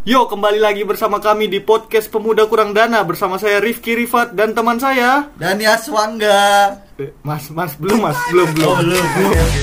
Yo, kembali lagi bersama kami di podcast Pemuda Kurang Dana bersama saya Rifki Rifat dan teman saya Dani Aswangga. Mas, belum. Oh, belum. Oke.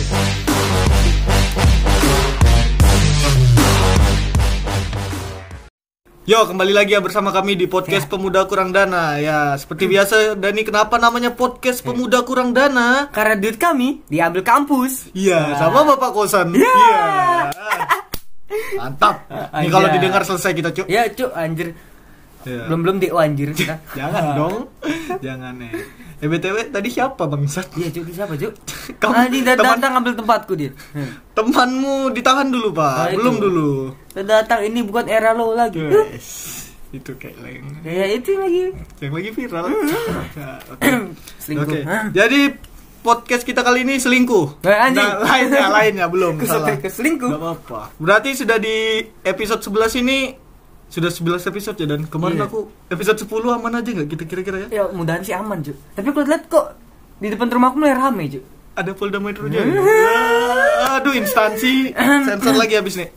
Yo, kembali lagi ya bersama kami di podcast Pemuda Kurang Dana. Ya, seperti biasa, Dani, kenapa namanya podcast Pemuda Kurang Dana? Karena duit kami diambil kampus. Iya, sama Bapak kosan. Iya. Mantap. Ini kalau didengar selesai kita, Cuk. Ya, Cuk, anjir. Ya. Belum DO anjir kita. Jangan dong. Jangan nih. BTW tadi siapa bangsat? Iya, Cuk, itu siapa, Cuk? Kamu Ini datang ngambil tempatku dia. Temanmu ditahan dulu, Pak. Belum dulu. Datang ini bukan era lo lagi. Yes. Itu kayak lain. Ya itu lagi. Yang lagi viral. Selingkuh. Oke. Jadi podcast kita kali ini selingkuh. Anjing. Nah, lainnya belum. Salah. Selingkuh. Gak apa-apa. Berarti sudah di episode 11 ini sudah 11 episode ya, dan kemarin aku episode 10 aman aja nggak kita kira-kira ya? Ya mudahan sih aman, Cuk. Tapi aku lihat kok di depan rumahku mulai rame, Cuk. Ada Polda Metro Jaya. Aduh, instansi sensor lagi habis nih.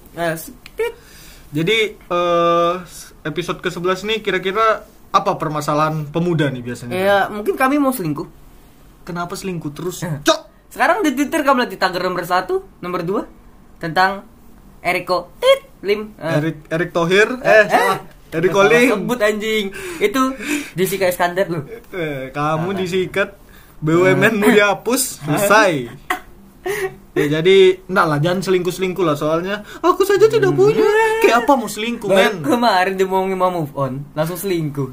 Jadi episode ke-11 nih kira-kira apa permasalahan pemuda nih biasanya? Ya mungkin kami mau selingkuh. Kenapa selingkuh terus? Cok. Sekarang di Twitter kamu lihat di tagar nomor 1, nomor 2 tentang Eriko Lim. Erik Thohir. Salah. Eriko Lim. Sebut anjing. Itu Jessica Iskandar loh. Kamu disikat, BUMN-mu dihapus, selesai. Ya jadi, enggak lah, jangan selingkuh-selingkuh lah, soalnya aku saja tidak punya. Kayak apa mau selingkuh, men? Kemarin dia mau move on, langsung selingkuh.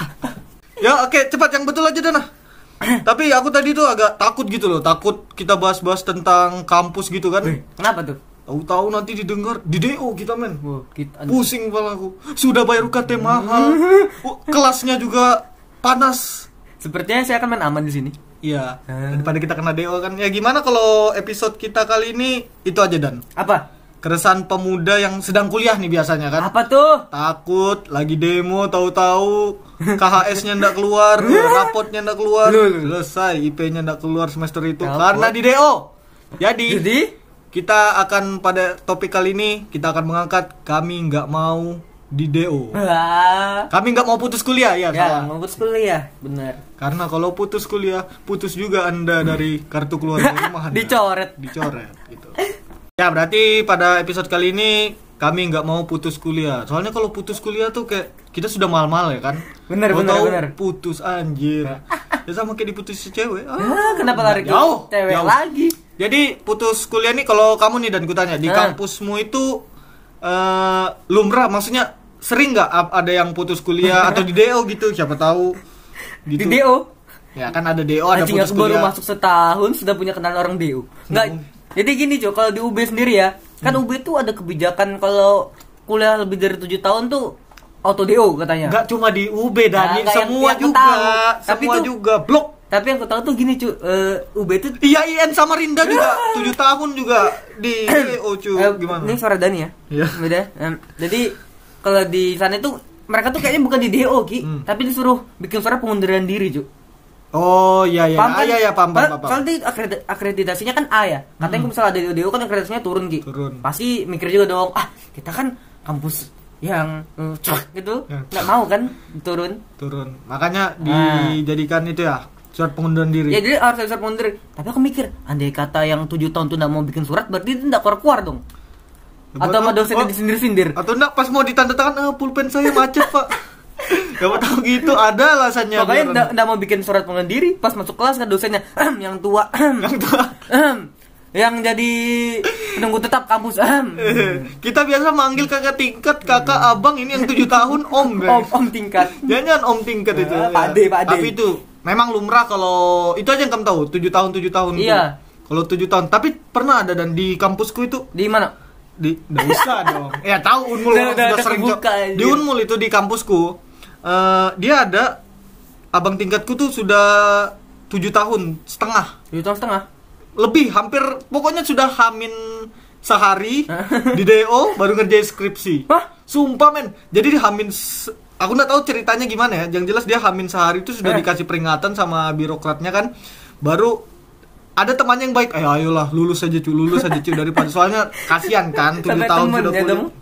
Ya oke, cepat yang betul aja Dana. Tapi aku tadi tuh agak takut gitu loh, takut kita bahas-bahas tentang kampus gitu kan. Kenapa tuh? Tahu-tahu nanti didengar di DO kita, men. Kita Pusing kepala aku. Sudah bayar UKT mahal. Kelasnya juga panas. Sepertinya saya akan main aman di sini. Iya. Daripada kita kena DO kan. Ya gimana kalau episode kita kali ini itu aja, Dan. Apa? Keresahan pemuda yang sedang kuliah nih biasanya kan. Apa tuh? Takut lagi demo, tahu-tahu KHS-nya ndak keluar, rapotnya ndak keluar. Selesai IP-nya ndak keluar semester itu karena di DO. Jadi kita akan pada topik kali ini kita akan mengangkat kami nggak mau di DO. Kami nggak mau putus kuliah ya, salah. Mau putus kuliah, benar. Karena kalau putus kuliah, putus juga Anda dari kartu keluarga rumah Anda. Dicoret gitu. Ya berarti pada episode kali ini kami nggak mau putus kuliah. Soalnya kalau putus kuliah tuh kayak kita sudah mal-mal ya kan. Benar. Putus anjir. Ya sama kayak diputus si cewek. Kenapa lari ke cewek lagi? Jadi putus kuliah nih kalau kamu nih, dan kutanya di kampusmu itu lumrah, maksudnya sering nggak ada yang putus kuliah atau di DO gitu, siapa tahu gitu. Di DO? Ya kan ada DO, ada Anjing, putus aku baru kuliah. masuk setahun sudah punya kenalan orang DO. Enggak. Jadi gini, Cok, kalau di UB sendiri ya, kan UB tuh ada kebijakan kalau kuliah lebih dari 7 tahun tuh auto DO katanya. Enggak cuma di UB, Dani, semua yang juga. Tapi Semua tuh, juga blok. Tapi yang aku tahu tuh gini, Cu, UB tuh Iya, IN sama Rinda juga 7 tahun juga di DO, cu. Gimana? Ini suara Dani ya? Iya. Beda. Jadi kalau di sana itu mereka tuh kayaknya bukan di DO, Ki, tapi disuruh bikin surat pengunduran diri, Cu. Oh iya. Paham. Soalnya akreditasinya kan A ya. Katanya kalau misalnya ada DO kan akreditasinya turun, Ki. Pasti mikir juga dong, kita kan kampus yang gitu, nggak mau kan turun. Makanya dijadikan itu ya, surat pengunduran diri. Ya jadi harus surat pengunduran diri. Tapi aku mikir, andai kata yang 7 tahun tuh nggak mau bikin surat, berarti itu nggak keluar dong. Atau sama dosennya disindir-sindir. Atau enggak pas mau ditanda tangan, pulpen saya macet, Pak. Gak tahu gitu, ada alasannya. Pokoknya nggak mau bikin surat pengunduran diri, pas masuk kelas kan dosennya yang tua. Yang jadi penunggu tetap kampus. Kita biasa manggil kakak tingkat, kakak abang, ini yang 7 tahun om. Om tingkat. Jangan om tingkat itu. Pak Ade. Tapi itu memang lumrah kalau itu aja yang kamu tahu, 7 tahun. Iya. Kalau 7 tahun. Tapi pernah ada, dan di kampusku itu. Di mana? Nggak usah dong. Ya tahu Unmul sudah sering di Unmul itu di kampusku. Dia ada abang tingkatku tuh sudah 7 tahun setengah. 7 tahun setengah? Lebih, hampir, pokoknya sudah hamin sehari di DO baru ngerjain skripsi. Sumpah men. Jadi dia hamin aku nggak tahu ceritanya gimana ya. Yang jelas dia hamin sehari itu sudah dikasih peringatan sama birokratnya kan. Baru ada temannya yang baik, ayolah lulus aja cuy daripada soalnya kasihan kan 7 tahun sudah kuliah.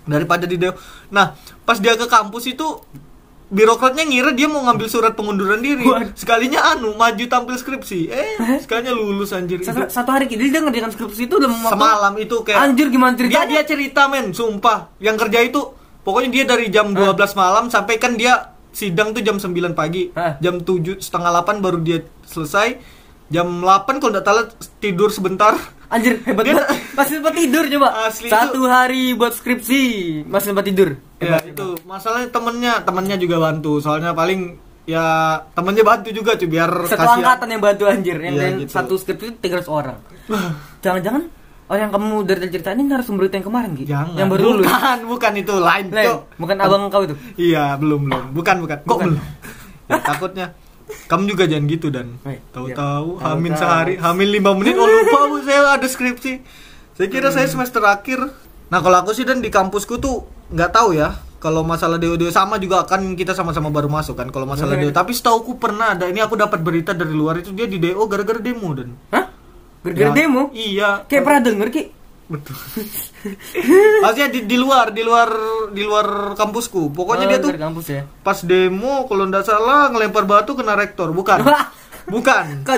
daripada di DO. Nah, pas dia ke kampus itu birokratnya ngira dia mau ngambil surat pengunduran diri. Sekalinya maju tampil skripsi. Sekalinya lulus anjir. Satu hari dia ngerjakan skripsi itu udah semalam itu kayak anjir gimana ceritanya? Dia cerita men, sumpah. Yang kerja itu pokoknya dia dari jam 12 malam sampai kan dia sidang tuh jam 9 pagi. Jam 7 setengah 8 baru dia selesai. Jam 8 kalau enggak salah tidur sebentar. Anjir, hebat banget. Masih sempat tidur coba. Asli Satu hari buat skripsi, masih sempat tidur. Ya itu masalahnya temennya juga bantu. Soalnya paling ya temennya bantu juga cuy biar satu angkatan yang bantu anjir. Yang gitu. satu skripsi 300 orang. Jangan-jangan orang yang kamu dari cerita ini narasumber itu yang kemarin gitu. Yang baru lulus. Bukan itu lain. Bukan abang kau itu. Iya, belum. Bukan. Kok belum? Ya, takutnya kamu juga jangan gitu dan tahu-tahu hamil 5 menit lupa saya ada skripsi. Saya kira saya semester akhir. Nah, kalau aku sih dan di kampusku tuh nggak tahu ya. Kalau masalah DO sama juga kan kita sama-sama baru masuk kan kalau masalah DO. Tapi setauku pernah ada ini aku dapat berita dari luar itu dia di DO gara-gara demo dan. Hah? Gara-gara demo? Iya. Kayak pernah denger Ki. Betul. Maksudnya di luar kampusku. Pokoknya dia tuh kampus ya. Pas demo kalau nggak salah ngelempar batu kena rektor, bukan? Bukan.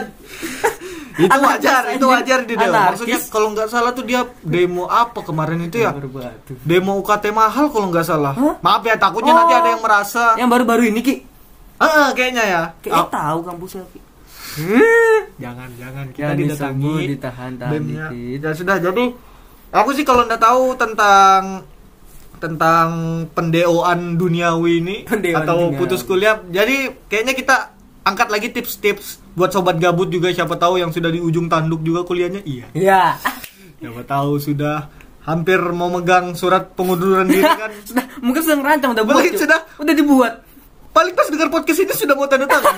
Itu wajar di demo. Maksudnya kalau nggak salah tuh dia demo apa kemarin itu ya? Demo UKT mahal kalau nggak salah. Maaf ya takutnya nanti ada yang merasa. Yang baru-baru ini Ki. Kayaknya ya. Kayaknya tahu kampusnya Ki. Jangan kita didatangi, ditahan dikit. Ya sudah jadi aku sih kalau nggak tahu tentang pendeoan duniawi ini atau putus kuliah. Jadi kayaknya kita angkat lagi tips-tips buat sobat gabut juga siapa tahu yang sudah di ujung tanduk juga kuliahnya. Iya. Siapa tahu sudah hampir mau megang surat pengunduran diri kan. Mungkin sudah ngerancang udah buat. Udah dibuat. Paling pas dengar podcast ini sudah mau tanda tangan.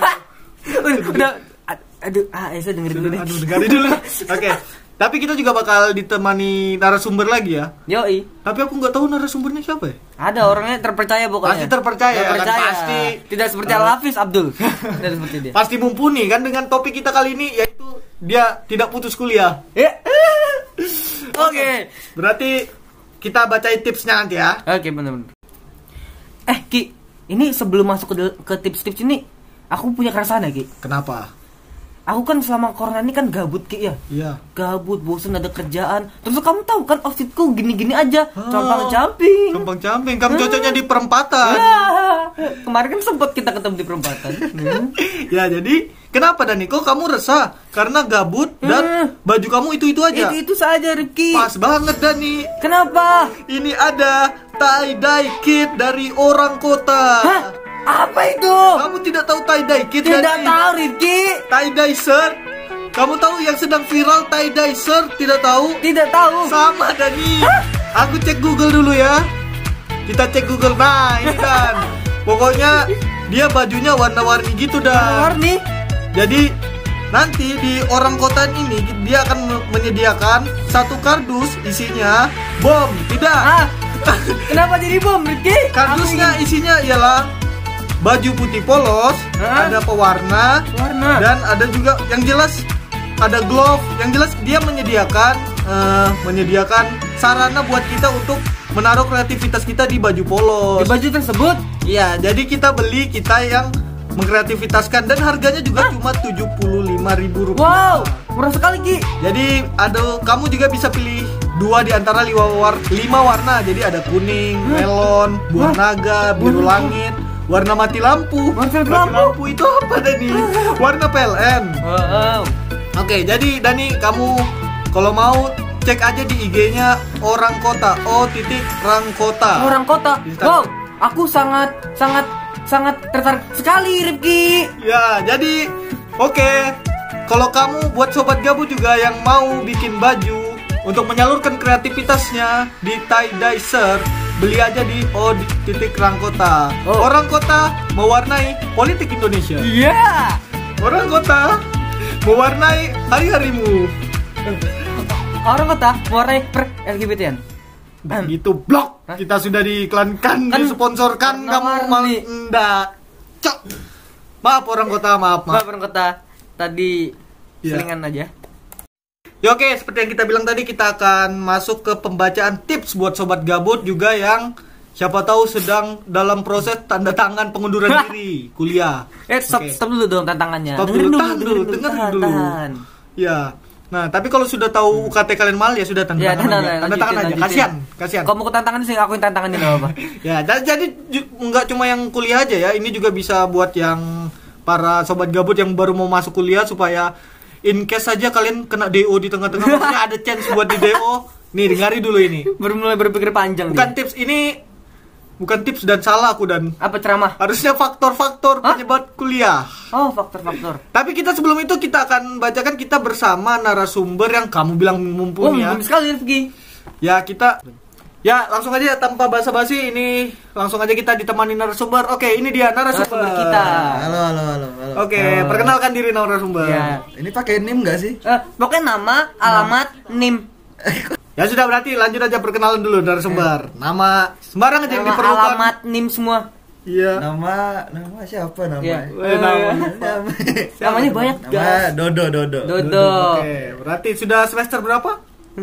Saya dengerin dulu deh. Dengerin dulu. Oke. Tapi kita juga bakal ditemani narasumber lagi ya. Yoi. Tapi aku nggak tahu narasumbernya siapa ya. Ada orangnya terpercaya pokoknya. Pasti terpercaya. Kan? Pasti. Tidak seperti Al-Hafiz Abdul. Tidak seperti dia. Pasti mumpuni kan dengan topik kita kali ini yaitu dia tidak putus kuliah. Oke. Berarti kita bacain tipsnya nanti ya. Oke, benar-benar. Ki, ini sebelum masuk ke tips-tips ini, aku punya keresahan ya Ki. Kenapa? Aku kan selama corona ini kan gabut Ki ya. Iya. Gabut, bosan ada kerjaan. Terus kamu tahu kan outfitku gini-gini aja, compang-camping. Kamu cocoknya di perempatan. Kemarin kan sempat kita ketemu di perempatan. Ya, jadi kenapa Dani? Kok kamu resah? Karena gabut dan baju kamu itu aja. Itu saja Rifki. Pas banget Dani. Kenapa? Ini ada tie-dye kit dari orang kota. Hah? Apa itu? Kamu tidak tahu tie-dye kit? Tidak tahu Rifki. Tie-dye shirt. Kamu tahu yang sedang viral tie-dye shirt? Tidak tahu? Tidak tahu. Sama Dani. Aku cek Google dulu ya. Kita cek Google. Nah ini kan. Pokoknya dia bajunya warna-warni gitu dah. Warni? Jadi nanti di orang kota ini dia akan menyediakan satu kardus isinya bom. Tidak. Kenapa jadi bom Rifki? Kardusnya isinya ialah baju putih polos, ada pewarna, dan ada juga yang jelas ada glove. Yang jelas dia menyediakan sarana buat kita untuk menaruh kreativitas kita di baju polos. Di baju tersebut? Iya, jadi kita yang mengkreativitaskan dan harganya juga cuma Rp75.000. Wow, murah sekali Ki. Jadi kamu juga bisa pilih 2 di antara 5 warna. Jadi ada kuning, melon, buah naga, biru langit. Warna mati lampu. Mati lampu itu apa Dani? Warna PLN. Wow. Oke, jadi Dani kamu kalau mau cek aja di IG-nya Orang Kota. O.Rangkota. Orang Kota. Wow, aku sangat tertarik sekali Rifki. Ya, jadi oke. Kalau kamu buat sobat gabut juga yang mau bikin baju untuk menyalurkan kreativitasnya di tie-dye shirt, beli aja di O.Rangkota. Orang Kota mewarnai politik Indonesia. Iya. Orang Kota mewarnai hari-harimu. Orang Kota mewarnai LGBT-an. Gitu blok. Kita sudah diiklankan, disponsorkan, kamu enggak. Cok. Maaf Orang Kota, maaf. Orang Kota. Tadi selingan aja. Ya oke, seperti yang kita bilang tadi, kita akan masuk ke pembacaan tips buat sobat gabut juga yang siapa tahu sedang dalam proses tanda tangan pengunduran diri kuliah. Stop dulu dong tantangannya. Stop dulu, dengerin dulu. Ya. Nah, tapi kalau sudah tahu UKT kalian mal ya sudah tanda tangan aja. Kasihan. Kalau mau ke tantangan sih akuin tantangannya enggak apa. Ya, jadi enggak cuma yang kuliah aja ya, ini juga bisa buat yang para sobat gabut yang baru mau masuk kuliah supaya in case saja kalian kena DO di tengah-tengah, maksudnya ada chance buat di DO. Nih, dengari dulu ini. Baru mulai berpikir panjang. Tips ini bukan tips dan salah aku dan apa ceramah? Harusnya faktor-faktor penyebab kuliah. Oh, faktor-faktor. Tapi kita sebelum itu kita akan bacakan kita bersama narasumber yang kamu bilang mumpuni ya. Mumpuni sekali Rifki. Ya, langsung aja tanpa basa-basi ini langsung aja kita ditemani narasumber. Oke, ini dia narasumber kita. Halo. Oke, perkenalkan diri narasumber. Ya. Ini pakai NIM enggak sih? Pokoknya nama, alamat, NIM. Ya sudah, berarti lanjut aja perkenalan dulu narasumber. Nama sembarang aja yang diperlukan. Alamat, NIM semua. Iya. Nama siapa namanya? Namanya banyak, guys. Dodo. Oke, berarti sudah semester berapa?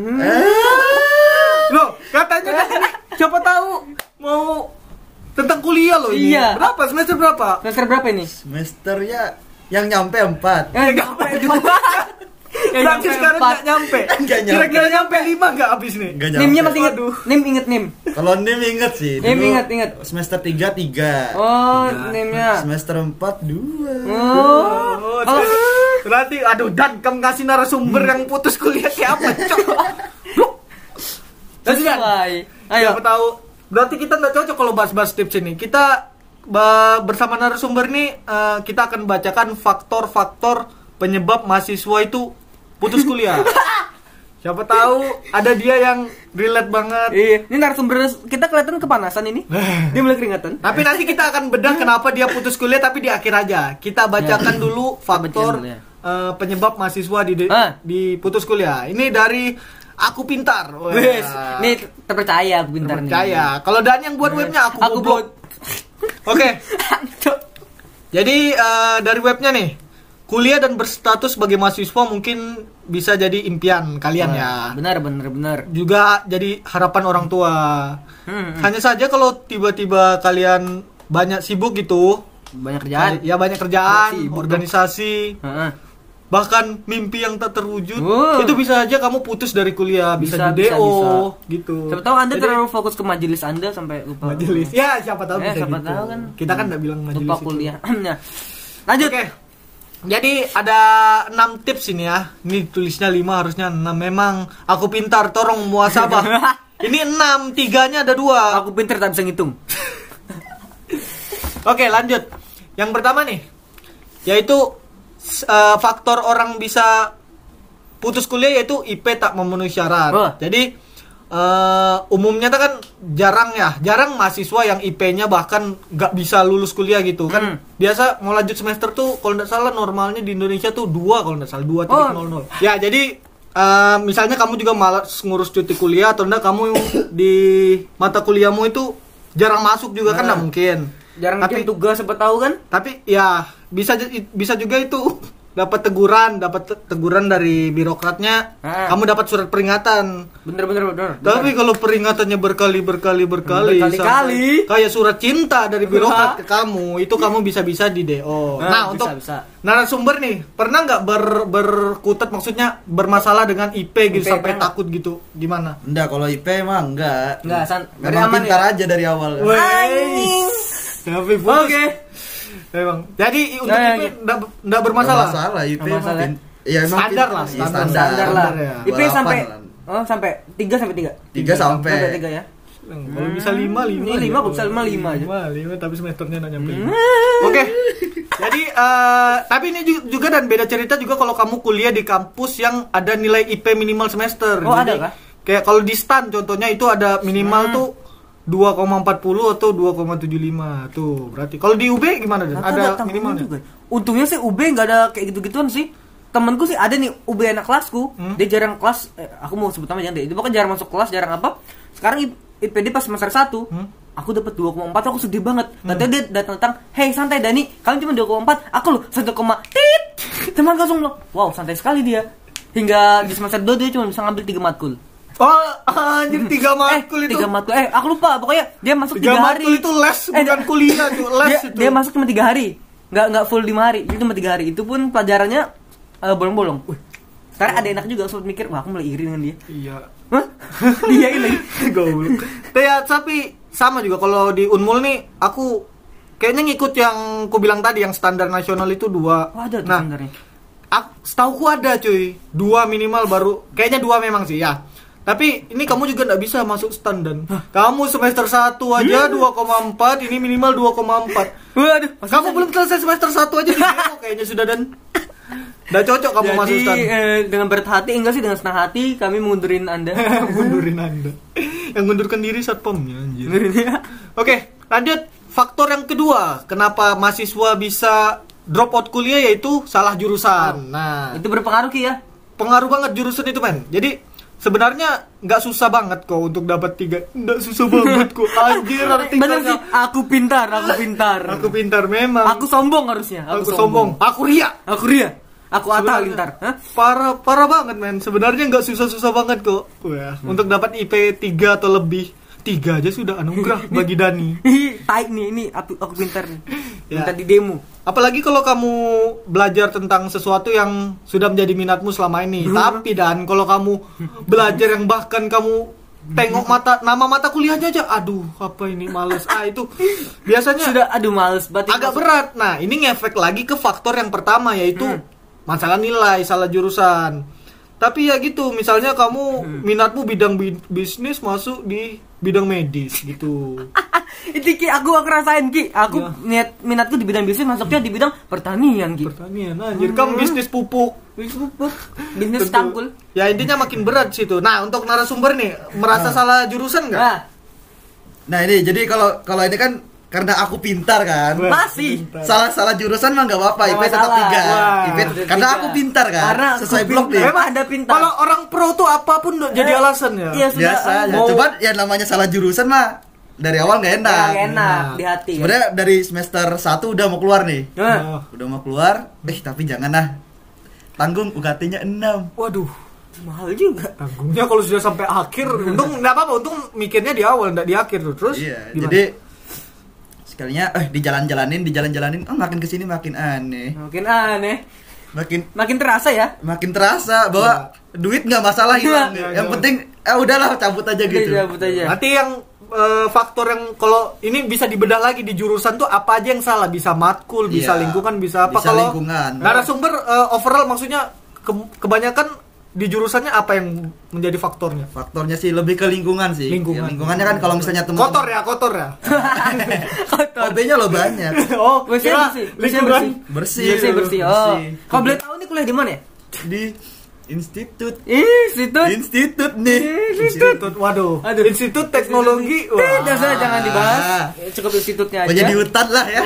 Loh, katanya kan siapa tahu mau tentang kuliah loh ini. Iya. Berapa? Semester berapa? Semester berapa ini? Semesternya yang nyampe 4. Berarti sekarang nggak nyampe. Kira-kira nyampe 5 nggak abis nih? NIM-nya masih inget? NIM inget NIM? Kalau NIM inget sih. NIM inget. Semester 3. Oh, NIM-nya. Semester 4 2. Oh. Berarti dan kamu ngasih narasumber yang putus kuliah kayak apa? Sesuai. Ayo. Siapa tahu. Berarti kita nggak cocok kalau bahas-bahas tips ini. Kita bersama narasumber nih kita akan bacakan faktor-faktor penyebab mahasiswa itu putus kuliah. Siapa tahu ada dia yang relate banget. Iya, ini narasumber kita kelihatan kepanasan ini. Dia mulai keringatan. Tapi nanti kita akan bedah kenapa dia putus kuliah, tapi di akhir aja. Kita bacakan dulu faktor penyebab mahasiswa di putus kuliah. Ini dari Aku Pintar. Wes, ini terpercaya Aku Pintar nih. Terpercaya. Kalau Dan yang buat webnya aku buat. Oke. Jadi dari webnya nih, kuliah dan berstatus sebagai mahasiswa mungkin bisa jadi impian kalian ya. Benar. Juga jadi harapan orang tua. Hanya saja kalau tiba-tiba kalian banyak sibuk gitu, banyak kerjaan, organisasi, bahkan mimpi yang tak terwujud, itu bisa aja kamu putus dari kuliah, bisa di DO gitu. Siapa tahu Anda terlalu fokus ke majelis Anda sampai lupa. Majelis. Ya, siapa tahu bisa siapa gitu. Tahu kan. Kita kan enggak bilang majelis. Lupa kuliah. Lanjut. Oke. Jadi ada 6 tips ini ya. Ini tulisnya 5 harusnya 6. Memang Aku Pintar tolong muasabah. Ini 6, 3-nya ada 2. Aku pintar tak bisa ngitung. Oke, lanjut. Yang pertama nih, yaitu faktor orang bisa putus kuliah yaitu IP tak memenuhi syarat. Jadi umumnya kan jarang mahasiswa yang IP-nya bahkan nggak bisa lulus kuliah gitu kan. Biasa mau lanjut semester tuh kalau nggak salah normalnya di Indonesia tuh 2 kalau nggak salah 2.00. Ya jadi misalnya kamu juga malas ngurus cuti kuliah atau enggak kamu di mata kuliahmu itu jarang masuk juga kan nggak mungkin. Jarang bikin tugas siapa tahu kan? Tapi ya bisa juga itu dapat teguran dari birokratnya. Kamu dapat surat peringatan. Bener. Tapi kalau peringatannya berkali-kali kayak surat cinta dari birokrat ke kamu, itu kamu bisa di DO. Nah, untuk narasumber nih, pernah nggak berkutat maksudnya bermasalah dengan IP gitu sampai takut gitu? Gimana? Enggak, kalau IP emang enggak. Memang pintar aja dari awal. Tapi oke. Memang. Jadi untuk IP enggak bermasalah. IP ya emang standar lah. Ya. IP sampai 3 sampai 3. 3 sampai 3 ya. Kalau bisa 5 Ini 5 kok bisa 5 aja. 5 tapi semesternya enggak nyampe. Oke. Jadi tapi ini juga dan beda cerita juga kalau kamu kuliah di kampus yang ada nilai IP minimal semester. Oh, ada kah? Kayak kalau di STAN contohnya itu ada minimal tuh 2,40 atau 2,75 tuh berarti. Kalau di UB gimana? Ada minimalnya juga. Untungnya sih UB nggak ada kayak gitu-gituan sih. Temenku sih ada nih UB anak kelasku. Dia jarang kelas. Aku mau sebut namanya deh. Dia bukan jarang masuk kelas, jarang apa. Sekarang IPD pas semester 1 aku dapat 2,4, aku sedih banget. Nanti dia datang, "Hey santai Dani, kamu cuma 2,4, aku loh 1, tit." Teman langsung loh, wow santai sekali dia. hingga di semester 2 dia cuma bisa ngambil 3 matkul. Oh, anjir 3 matkul itu. 3 matkul. Aku lupa, pokoknya dia masuk 3 3 hari. matkul itu les, bukan kuliah tuh, les itu. Dia masuk cuma 3 hari. Enggak full 5 hari. Itu cuma 3 hari. Itu pun pelajarannya bolong-bolong. Sekarang ada enak juga sempat mikir, wah aku mulai iri dengan dia. Iya. Hah? Dia ini. Goblok. Tapi sama juga kalau di Unmul nih aku kayaknya ngikut yang ku bilang tadi yang standar nasional itu 2. Oh, ada tuh standarnya. Setauku ada cuy. 2 minimal baru. Kayaknya 2 memang sih ya. Tapi ini kamu juga nggak bisa masuk standar. Kamu semester 1 aja 2,4, ini minimal 2,4. Waduh, Kamu belum selesai semester 1 aja di demo kayaknya sudah dan udah cocok kamu masuk standar. Dengan berat hati enggak sih, dengan senang hati kami mundurin Anda. Mundurin Anda. Yang mundurkan diri satpamnya anjir. Oke, lanjut. Faktor yang kedua, kenapa mahasiswa bisa drop out kuliah yaitu salah jurusan. Nah, itu berpengaruh Ki ya? Pengaruh banget jurusan itu, men. Jadi sebenarnya nggak susah banget kok untuk dapat 3. Nggak susah banget kok. Anjir, artikelnya. Bener sih, aku pintar. Aku pintar memang. Aku sombong harusnya. Aku sombong. Aku ria. Aku Atta Lintar. Hah? Parah banget, men. Sebenarnya nggak susah-susah banget kok. Wah, untuk dapat IP 3 atau lebih. 3 aja sudah anugerah bagi Dani. Tai nih, ini aku pintar nih. Ya. Minta di demo. Apalagi kalau kamu belajar tentang sesuatu yang sudah menjadi minatmu selama ini. Tapi Dan, kalau kamu belajar yang bahkan kamu tengok nama mata kuliahnya aja, aduh apa ini males. Itu biasanya sudah males banget. Agak berat. Nah, ini ngefek lagi ke faktor yang pertama yaitu masalah nilai, salah jurusan. Tapi ya gitu, misalnya kamu minatmu bidang bisnis masuk di bidang medis gitu. Itu Ki, aku rasain Ki. Aku minatku di bidang bisnis, masuknya di bidang pertanian Ki. Pertanian anjir, kamu bisnis pupuk. Bisnis cangkul. Ya intinya makin berat situ. Nah, untuk narasumber nih, merasa salah jurusan enggak? Nah, ini jadi kalau ini kan karena aku pintar kan. Masih salah jurusan mah enggak apa-apa, IP tetap 3. IP karena aku pintar kan. Karena sesuai blok nih. Memang ada pintar. Kalau orang pro tuh apapun jadi alasan ya. Iya, biasa aja. Coba ya namanya salah jurusan mah dari awal enggak enak. Enggak enak di hati. Sebenarnya dari semester 1 udah mau keluar nih. Udah mau keluar, tapi jangan lah. Tanggung UKT-nya 6. Waduh, mahal juga. Tanggungnya kalau sudah sampai akhir, untung enggak apa-apa, untung mikirnya di awal enggak di akhir tuh. Terus iya, jadi sekalinya dijalan-jalanin, makin kesini makin aneh. Makin terasa ya? Makin terasa bahwa duit nggak masalah hilang. Yang penting udahlah cabut aja gitu. Nanti yang faktor yang kalau ini bisa dibedah lagi di jurusan tuh apa aja yang salah, bisa matkul, bisa lingkungan, bisa apa. Kalau narasumber overall maksudnya kebanyakan di jurusannya apa yang menjadi faktornya? Faktornya sih lebih ke lingkungan sih. Lingkungannya kan kalau misalnya teman kotor ya. Kotor. OB-nya lo banyak. Oh, bersih. Bersih. Oh. Kalau boleh tahu nih kuliah di mana ya? Di Institut. Nih. Waduh. Institut Teknologi. Jangan dibahas. Cukup institutnya aja. Jadi hutan lah ya.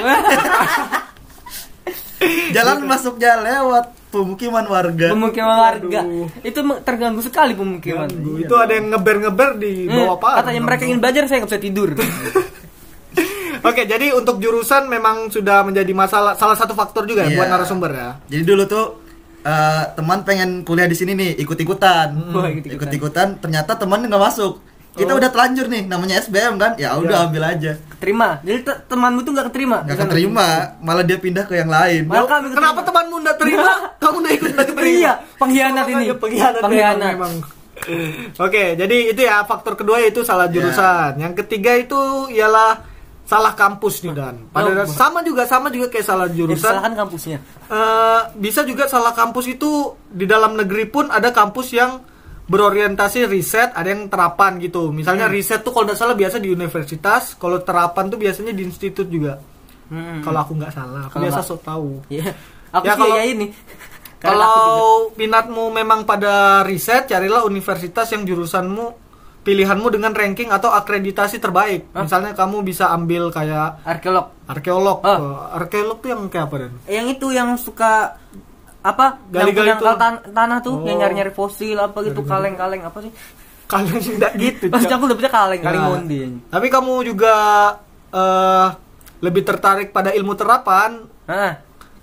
Jalan masuknya lewat pemukiman warga. Itu terganggu sekali pemukiman. Itu ada yang ngeber di bawah pagar. Katanya mereka ingin belajar, saya nggak bisa tidur. Oke, jadi untuk jurusan memang sudah menjadi masalah, salah satu faktor juga ya buat narasumber ya. Jadi dulu tuh teman pengen kuliah di sini nih, ikut-ikutan, ternyata teman nggak masuk. Kita udah telanjur nih, namanya SBM kan, ya udah ambil aja. Keterima. Jadi temanmu tuh nggak keterima? Nggak keterima, malah dia pindah ke yang lain. Kenapa temanmu nggak terima? Kamu nggak ikut nggak keterima? Iya, pengkhianat ini. Pengkhianat memang. Oke, jadi itu ya faktor kedua yaitu salah jurusan. Yang ketiga itu ialah salah kampus nih Dan. Sama juga kayak salah jurusan. Salahkan kampusnya. Bisa juga salah kampus itu di dalam negeri pun ada kampus yang berorientasi riset, ada yang terapan gitu. Misalnya riset tuh kalau nggak salah biasa di universitas, kalau terapan tuh biasanya di institut juga. Kalau aku nggak salah, aku biasa sok tahu. Iya. Aku sih ya ini. Kalau minatmu memang pada riset, carilah universitas yang jurusanmu, pilihanmu dengan ranking atau akreditasi terbaik. Misalnya kamu bisa ambil kayak arkeolog. Arkeolog tuh yang kayak apa Dan? Yang itu yang suka gali-gali tanah tuh, yang nyari-nyari fosil apa gitu, kaleng-kaleng apa sih? Kaleng enggak gitu. Maksudnya aku dapetnya kaleng mondi. Tapi kamu juga lebih tertarik pada ilmu terapan.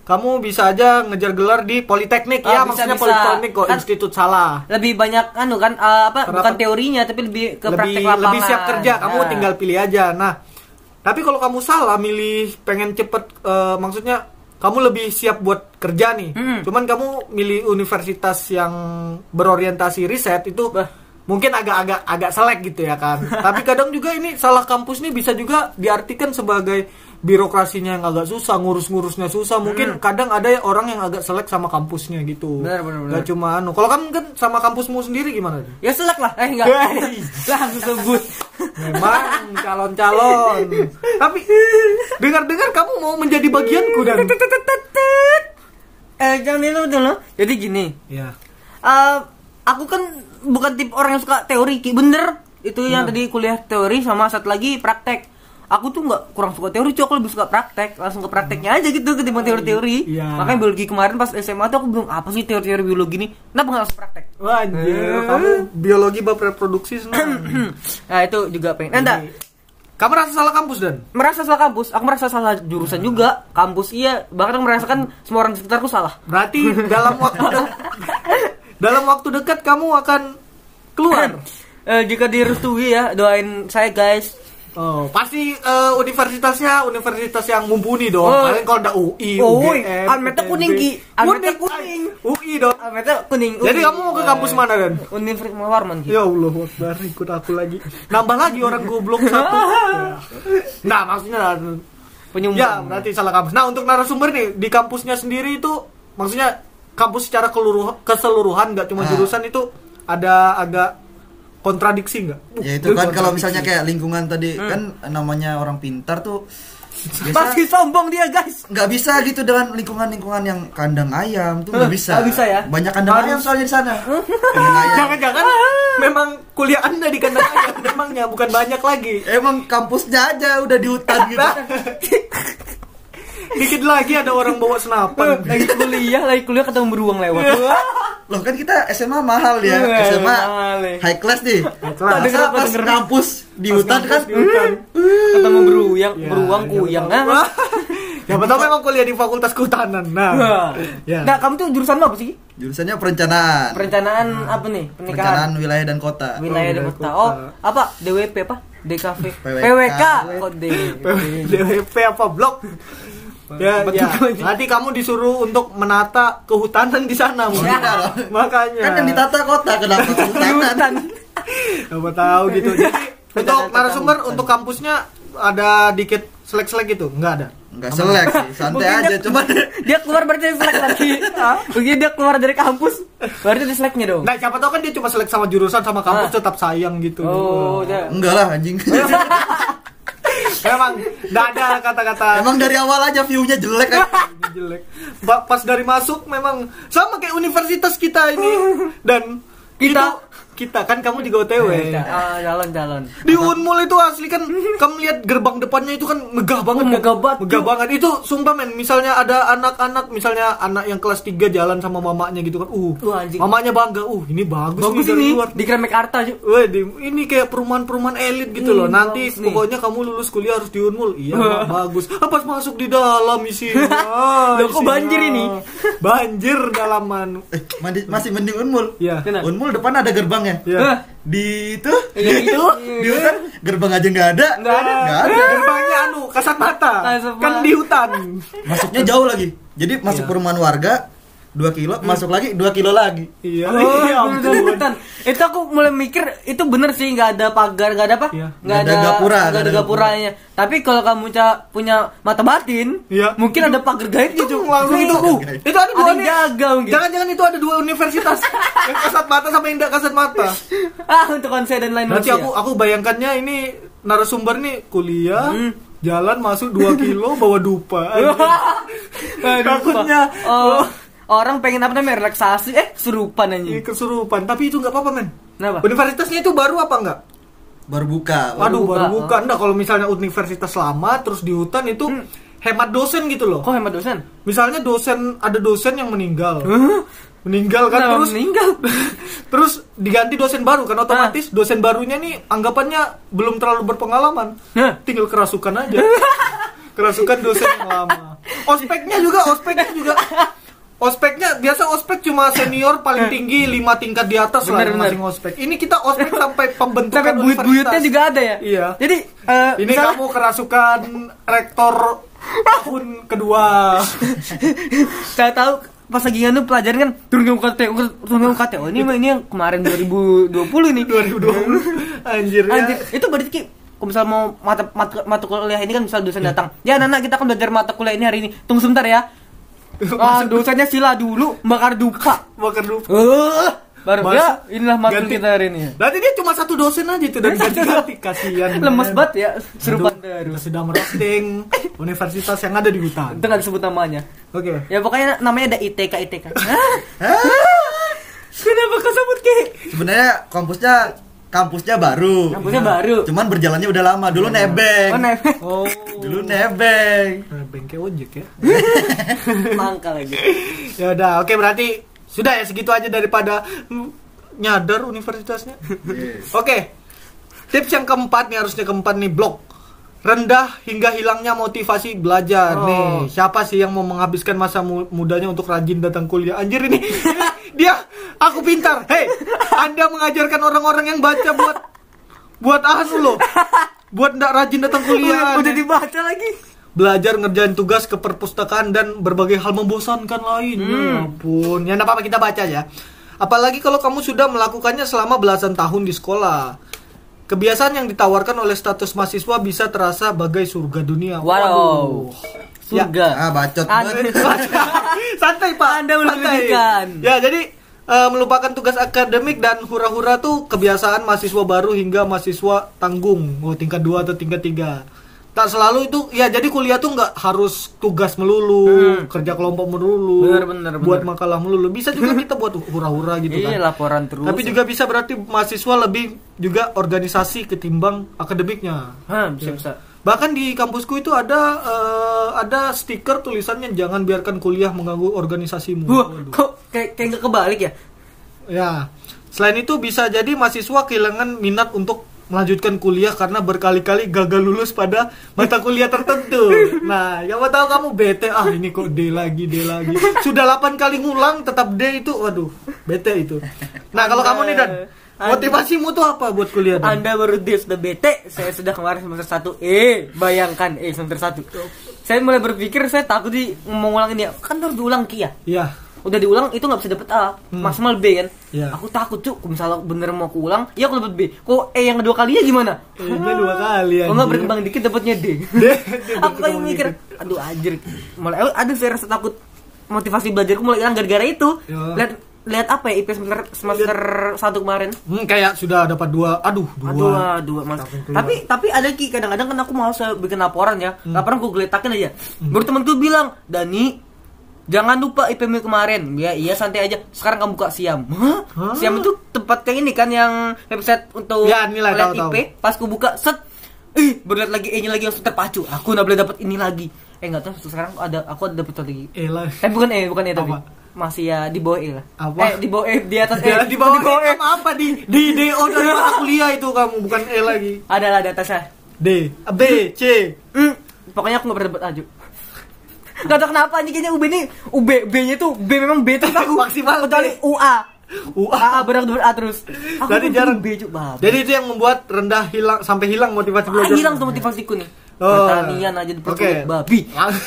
kamu bisa aja ngejar gelar di politeknik. Ya maksudnya politeknik kok, kan institut salah. Lebih banyak bukan teorinya tapi lebih ke praktek lapangan. Lebih siap kerja, kamu tinggal pilih aja. Nah, tapi kalau kamu salah milih pengen cepet, maksudnya kamu lebih siap buat kerja nih. Cuman kamu milih universitas yang berorientasi riset itu mungkin agak selek gitu ya kan. Tapi kadang juga ini salah kampus nih bisa juga diartikan sebagai birokrasinya yang agak susah, ngurus-ngurusnya susah. Mungkin kadang ada orang yang agak selek sama kampusnya gitu. Benar. Gak cuma Kalau kamu kan sama kampusmu sendiri gimana? Ya selek lah. Enggak. Langsung sebut. Memang calon-calon. Tapi dengar-dengar kamu mau menjadi bagianku dan jangan itu dulu. Jadi gini. Ya. Aku kan bukan tipe orang yang suka teori, bener. Itu yang tadi kuliah teori sama satu lagi praktek. Aku tuh kurang suka teori, aku lebih suka praktek. Langsung ke prakteknya aja gitu ketimbang teori-teori. Makanya biologi kemarin pas SMA tuh aku bilang apa sih teori-teori biologi nih? Kenapa nggak langsung praktek? Wah, kamu biologi bab reproduksi senang. Nah itu juga pengen. Kamu merasa salah kampus dan? Merasa salah kampus, aku merasa salah jurusan juga. Kampus iya, bahkan aku merasakan semua orang di sekitarku salah. Berarti dalam waktu dekat kamu akan keluar. Jika direstui ya, doain saya guys. Oh, pasti universitasnya universitas yang mumpuni dong. Kalian kalau ada UI, UGM, Almeta kuning Ki. Almeta kuning. UI dong. Almeta kuning. Jadi kamu mau ke kampus mana dan? Universitas Warman Ki. Ya Allah, Akbar, ikut aku lagi. Nambah lagi orang goblok satu. Nah, maksudnya penyumbang. Ya, berarti salah kampus. Nah, untuk narasumber nih di kampusnya sendiri itu maksudnya kampus secara keseluruhan nggak cuma jurusan itu ada agak kontradiksi nggak? Ya itu kan kalau misalnya kayak lingkungan tadi kan namanya orang pintar tuh pasti sombong dia guys. Nggak bisa gitu dengan lingkungan yang kandang ayam tuh nggak bisa. Nggak bisa ya? Banyak kandang ayam soalnya di sana. Jangan-jangan memang kuliah Anda di kandang ayam memangnya bukan banyak lagi. Emang kampusnya aja udah di hutan gitu. Dikit lagi ada orang bawa senapan. Lagi kuliah ketemu beruang lewat. Loh kan kita SMA mahal ya. SMA high class nih. Masa pas kampus di hutan kan ketemu beruang kuyang. Ya betul memang kuliah di Fakultas Kehutanan. Nah, kamu tuh jurusan apa sih? Jurusannya perencanaan. Perencanaan apa nih? Perencanaan wilayah dan kota. Wilayah dan kota. Oh, apa? DWP apa? DKV. PWK. DWP apa blok? Ya. Nanti kamu disuruh untuk menata kehutanan di sana, makanya. Kan yang ditata kota, kenapa kehutanan? Apa tahu gitu. Jadi untuk narasumber untuk kampusnya ada dikit selek-selek gitu, nggak ada. Nggak selek sih, santai aja. Coba dia keluar berarti selek lagi. Begitu dia keluar dari kampus, berarti ada seleknya dong. Nah, siapa tahu kan dia cuma selek sama jurusan sama kampus tetap sayang gitu. Oh, enggak lah anjing. Emang nggak ada kata-kata. Emang dari awal aja view-nya jelek kan? Jelek. Pas dari masuk memang sama kayak universitas kita ini dan kita kan kamu juga OTW. Jalan. Di Unmul itu asli kan kamu lihat gerbang depannya itu kan megah banget. Megah banget. Itu sumpah men, misalnya ada anak-anak misalnya anak yang kelas 3 jalan sama mamanya gitu kan. Mamanya bangga. Ini bagus nih dari luar. Di Grand Mekarta. Ini kayak perumahan-perumahan elit gitu loh. Nanti pokoknya kamu lulus kuliah harus di Unmul. Iya, bagus. Pas masuk di dalam isinya. Kok banjir ini? Banjir dalaman. Masih mending Unmul. Ya. Unmul depan ada gerbangnya. Ya. Di hutan gerbang aja nggak ada. Gerbangnya kasat mata. Kan di hutan. Masuknya jauh lagi. Jadi masuk perumahan warga 2 kilo, masuk lagi 2 kilo lagi. Iya. Hutan. Itu aku mulai mikir itu bener sih, nggak ada pagar, nggak ada apa? Nggak ada gapuranya. Tapi kalau kamu punya mata batin, mungkin ada pagar gaib gitu. Langsung itu ada dua nih. Jangan-jangan itu ada 2 universitas. Yang kasat mata sama yang tidak kasat mata. Untuk konser dan lain-lain. Nanti aku bayangkannya ini narasumber nih kuliah. Jalan masuk 2 kilo bawa dupa. Takutnya orang pengen relaksasi, kesurupan aja. Kesurupan, tapi itu nggak apa-apa men. Kenapa? Universitasnya itu baru apa enggak? Baru buka. Baru buka. Enggak, kalau misalnya universitas lama terus di hutan itu hemat dosen gitu loh. Kok hemat dosen? Misalnya ada dosen yang meninggal. Meninggal kan terus diganti dosen baru kan otomatis dosen barunya nih anggapannya belum terlalu berpengalaman. Tinggal kerasukan aja. Kerasukan dosen yang lama. Ospeknya biasa ospek cuma senior paling tinggi 5 tingkat di atas lah masing ospek. Ini kita ospek sampai pembentukan sampai buyut-buyutnya juga ada ya. Iya. Jadi ini kamu kerasukan rektor tahun kedua. Saya tahu pas lagi nganu pelajaran kan turun ke UKT. Oh ini yang kemarin 2020 nih. 2020. Anjir. Itu berarti kalau misal mau mata kuliah ini kan misal dosen datang. Ya anak kita kan belajar mata kuliah ini hari ini. Tunggu sebentar ya. Dosennya sila dulu bakar dupa. Baru Mas, ya inilah matkul kita hari ini. Berarti dia cuma satu dosen aja itu dan ganti kasihan. Lemes banget ya serupan baru. Sedang merosting universitas yang ada di hutan. Itu nggak disebut namanya. Oke. Ya pokoknya namanya ada ITK. Kenapa kau sebut Ki? Sebenarnya kampusnya baru. Cuman berjalannya udah lama. Dulu nebeng. Dulu nebeng. Nebeng kayak ojek ya. Mangkal lagi. Ya udah, oke berarti sudah ya segitu aja daripada nyadar universitasnya. Oke. Tips yang keempat nih blok. Rendah hingga hilangnya motivasi belajar. Nih, siapa sih yang mau menghabiskan masa mudanya untuk rajin datang kuliah? Anjir ini dia aku pintar. Hei, Anda mengajarkan orang-orang yang baca buat anu loh. Buat enggak rajin datang kuliah. Udah dibaca lagi. Belajar ngerjain tugas ke perpustakaan dan berbagai hal membosankan lain. Ya ampun. Ya apa-apa kita baca ya. Apalagi kalau kamu sudah melakukannya selama belasan tahun di sekolah. Kebiasaan yang ditawarkan oleh status mahasiswa bisa terasa bagai surga dunia. Wow. Surga. Ya. Bacot. Santai Pak. Anda melebihkan. Ya jadi melupakan tugas akademik dan hura-hura tuh kebiasaan mahasiswa baru hingga mahasiswa tanggung. Tingkat 2 atau tingkat 3. Tak selalu itu ya, jadi kuliah tuh nggak harus tugas melulu, kerja kelompok melulu, bener. buat makalah melulu. Bisa juga kita buat hura-hura gitu kan. Iya, laporan terus. Tapi juga bisa berarti mahasiswa lebih juga organisasi ketimbang akademiknya. Bisa. Bahkan di kampusku itu ada stiker tulisannya jangan biarkan kuliah mengganggu organisasimu. Kok kayak nggak kebalik ya? Ya. Selain itu bisa jadi mahasiswa kehilangan minat untuk melanjutkan kuliah karena berkali-kali gagal lulus pada mata kuliah tertentu. Nah, yang mau tahu kamu bete, ini kok D lagi. Sudah 8 kali ngulang tetap D itu, waduh, bete itu. Nah, kalau kamu nih Dan, motivasimu tuh apa buat kuliah Dan? Anda baru D sudah bete, saya sudah kemarin semester 1. Bayangkan semester 1. Saya mulai berpikir saya takut mau ngulang ini ya. Kan harus diulang Ki ya? Iya. Udah diulang itu nggak bisa dapet A, maksimal B kan? Yeah. Aku takut misalnya bener mau aku ulang, ya aku dapet B. Kok yang kedua kalinya gimana? Nya 2 kali aja. Kok nggak berkembang dikit dapetnya D? Aku kayak mikir, aduh anjir, mulai ada saya rasa takut motivasi belajarku mulai hilang gara-gara itu. Lihat apa ya IP semester 1 kemarin? Kayak sudah dapat 2. Aduh, Mas. Tapi ada Ki, kadang-kadang kan aku malas bikin laporan ya. Laporan aku geletakin aja. Baru temanku bilang, "Dani, jangan lupa IP-mu kemarin." Iya santai aja. Sekarang kamu buka Siam. Siam itu tempat kayak ini kan yang website untuk lihat IP. Pas aku buka set, baru lihat lagi E-nya lagi langsung terpacu. Aku enggak boleh dapat ini lagi. Enggak tahu sekarang aku ada dapat lagi. Bukan E tapi masih ya di bawah E lah. Di bawah E, di atas E. Di bawah E apa di DO dari kuliah itu kamu, bukan E lagi. Adalah di atasnya. D, B, C. Pokoknya aku enggak pernah dapat A. Gak tau kenapa nih kayaknya B-nya tuh B memang B terus aku maksimal kecuali UA berat A terus. Jadi jarang B juga. Jadi itu yang membuat sampai hilang motivasi belajar. Hilang tuh motivasiku nih. Pertanian aja diperkuat babi.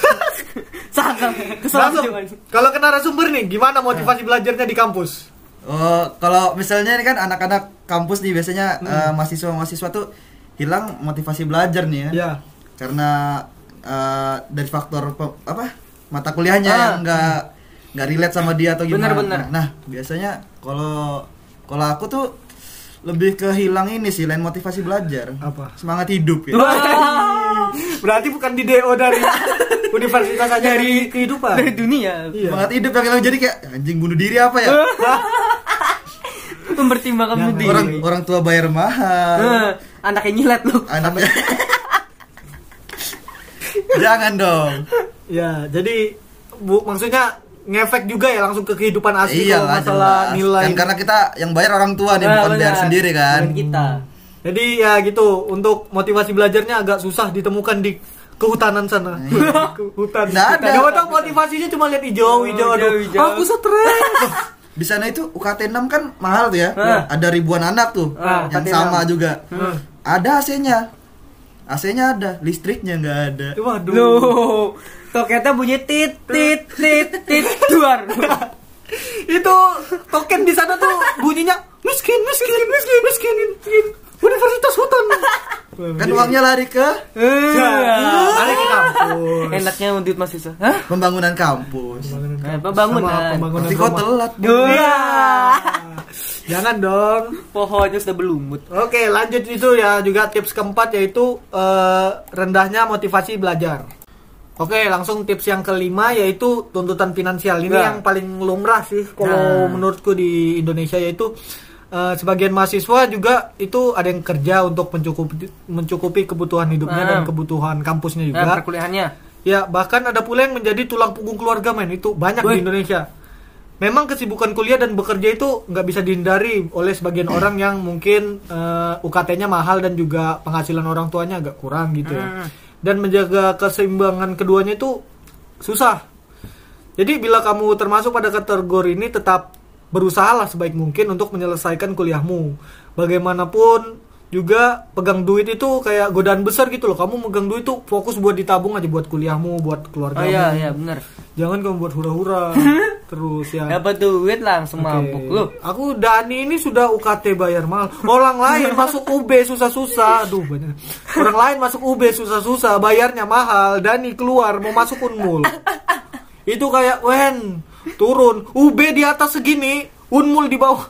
Sangat kesal. Kalau kena narasumber nih, gimana motivasi belajarnya di kampus? Kalau misalnya ini kan anak-anak kampus nih biasanya mahasiswa tuh hilang motivasi belajar nih ya. Iya. Karena dari faktor mata kuliahnya yang nggak relate sama dia atau gimana. Bener. Nah biasanya kalau aku tuh lebih ke hilang ini sih, lain motivasi belajar. Apa? Semangat hidup ya. Berarti bukan di DO dari universitas aja, dari kehidupan, dari dunia. Iya. Semangat hidup yang jadi kayak anjing bunuh diri apa ya? Mempertimbangkan bunuh diri. Orang tua bayar mahal. Anaknya nyilet loh. Anaknya. Jangan dong. Ya, jadi maksudnya ngefek juga ya langsung ke kehidupan asli. Iyalah, masalah jelas. nilai. Kan karena kita yang bayar orang tua nih, bukan bayar sendiri kan. Bukan kita. Jadi ya gitu, untuk motivasi belajarnya agak susah ditemukan di kehutanan sana. Ke hutan. Nggak ada. Gak tahu motivasinya cuma lihat hijau. Aduh, aku stres. Di sana itu UKT 6 kan mahal tuh ya. Ada ribuan anak tuh yang sama juga. Ada AC-nya. AC-nya ada, listriknya nggak ada. Waduh. Loh, toketnya bunyi tit duar. Itu token di sana tuh bunyinya miskin. Universitas hutan. Kan uangnya lari ke Lari ke kampus. Enaknya duit mahasiswa. Hah? pembangunan kampus. Pembangunan. Tapi kok telat. Iya. Jangan dong. Pohonnya sudah berlumut. Oke, lanjut itu ya juga tips keempat yaitu rendahnya motivasi belajar. Oke, langsung tips yang kelima yaitu tuntutan finansial. Ini yang paling lumrah sih kalau menurutku di Indonesia, yaitu sebagian mahasiswa juga itu ada yang kerja untuk mencukupi kebutuhan hidupnya dan kebutuhan kampusnya juga. Perkuliahannya. Ya, bahkan ada pula yang menjadi tulang punggung keluarga, men. Itu banyak di Indonesia. Memang kesibukan kuliah dan bekerja itu nggak bisa dihindari oleh sebagian orang yang mungkin UKT-nya mahal dan juga penghasilan orang tuanya agak kurang gitu ya. Dan menjaga keseimbangan keduanya itu susah. Jadi bila kamu termasuk pada kategori ini, tetap berusahalah sebaik mungkin untuk menyelesaikan kuliahmu. Bagaimanapun juga pegang duit itu kayak godaan besar gitu loh. Kamu megang duit tuh fokus buat ditabung aja buat kuliahmu, buat keluargamu. Oh iya benar. Jangan kamu buat hura-hura terus ya. Dapat duit langsung mabuk lu. Aku Dani ini sudah UKT bayar mahal. Orang lain masuk UB susah-susah. Aduh banyak. Orang lain masuk UB susah-susah, bayarnya mahal. Dani keluar mau masuk Unmul. Itu kayak turun UB di atas segini, Unmul di bawah.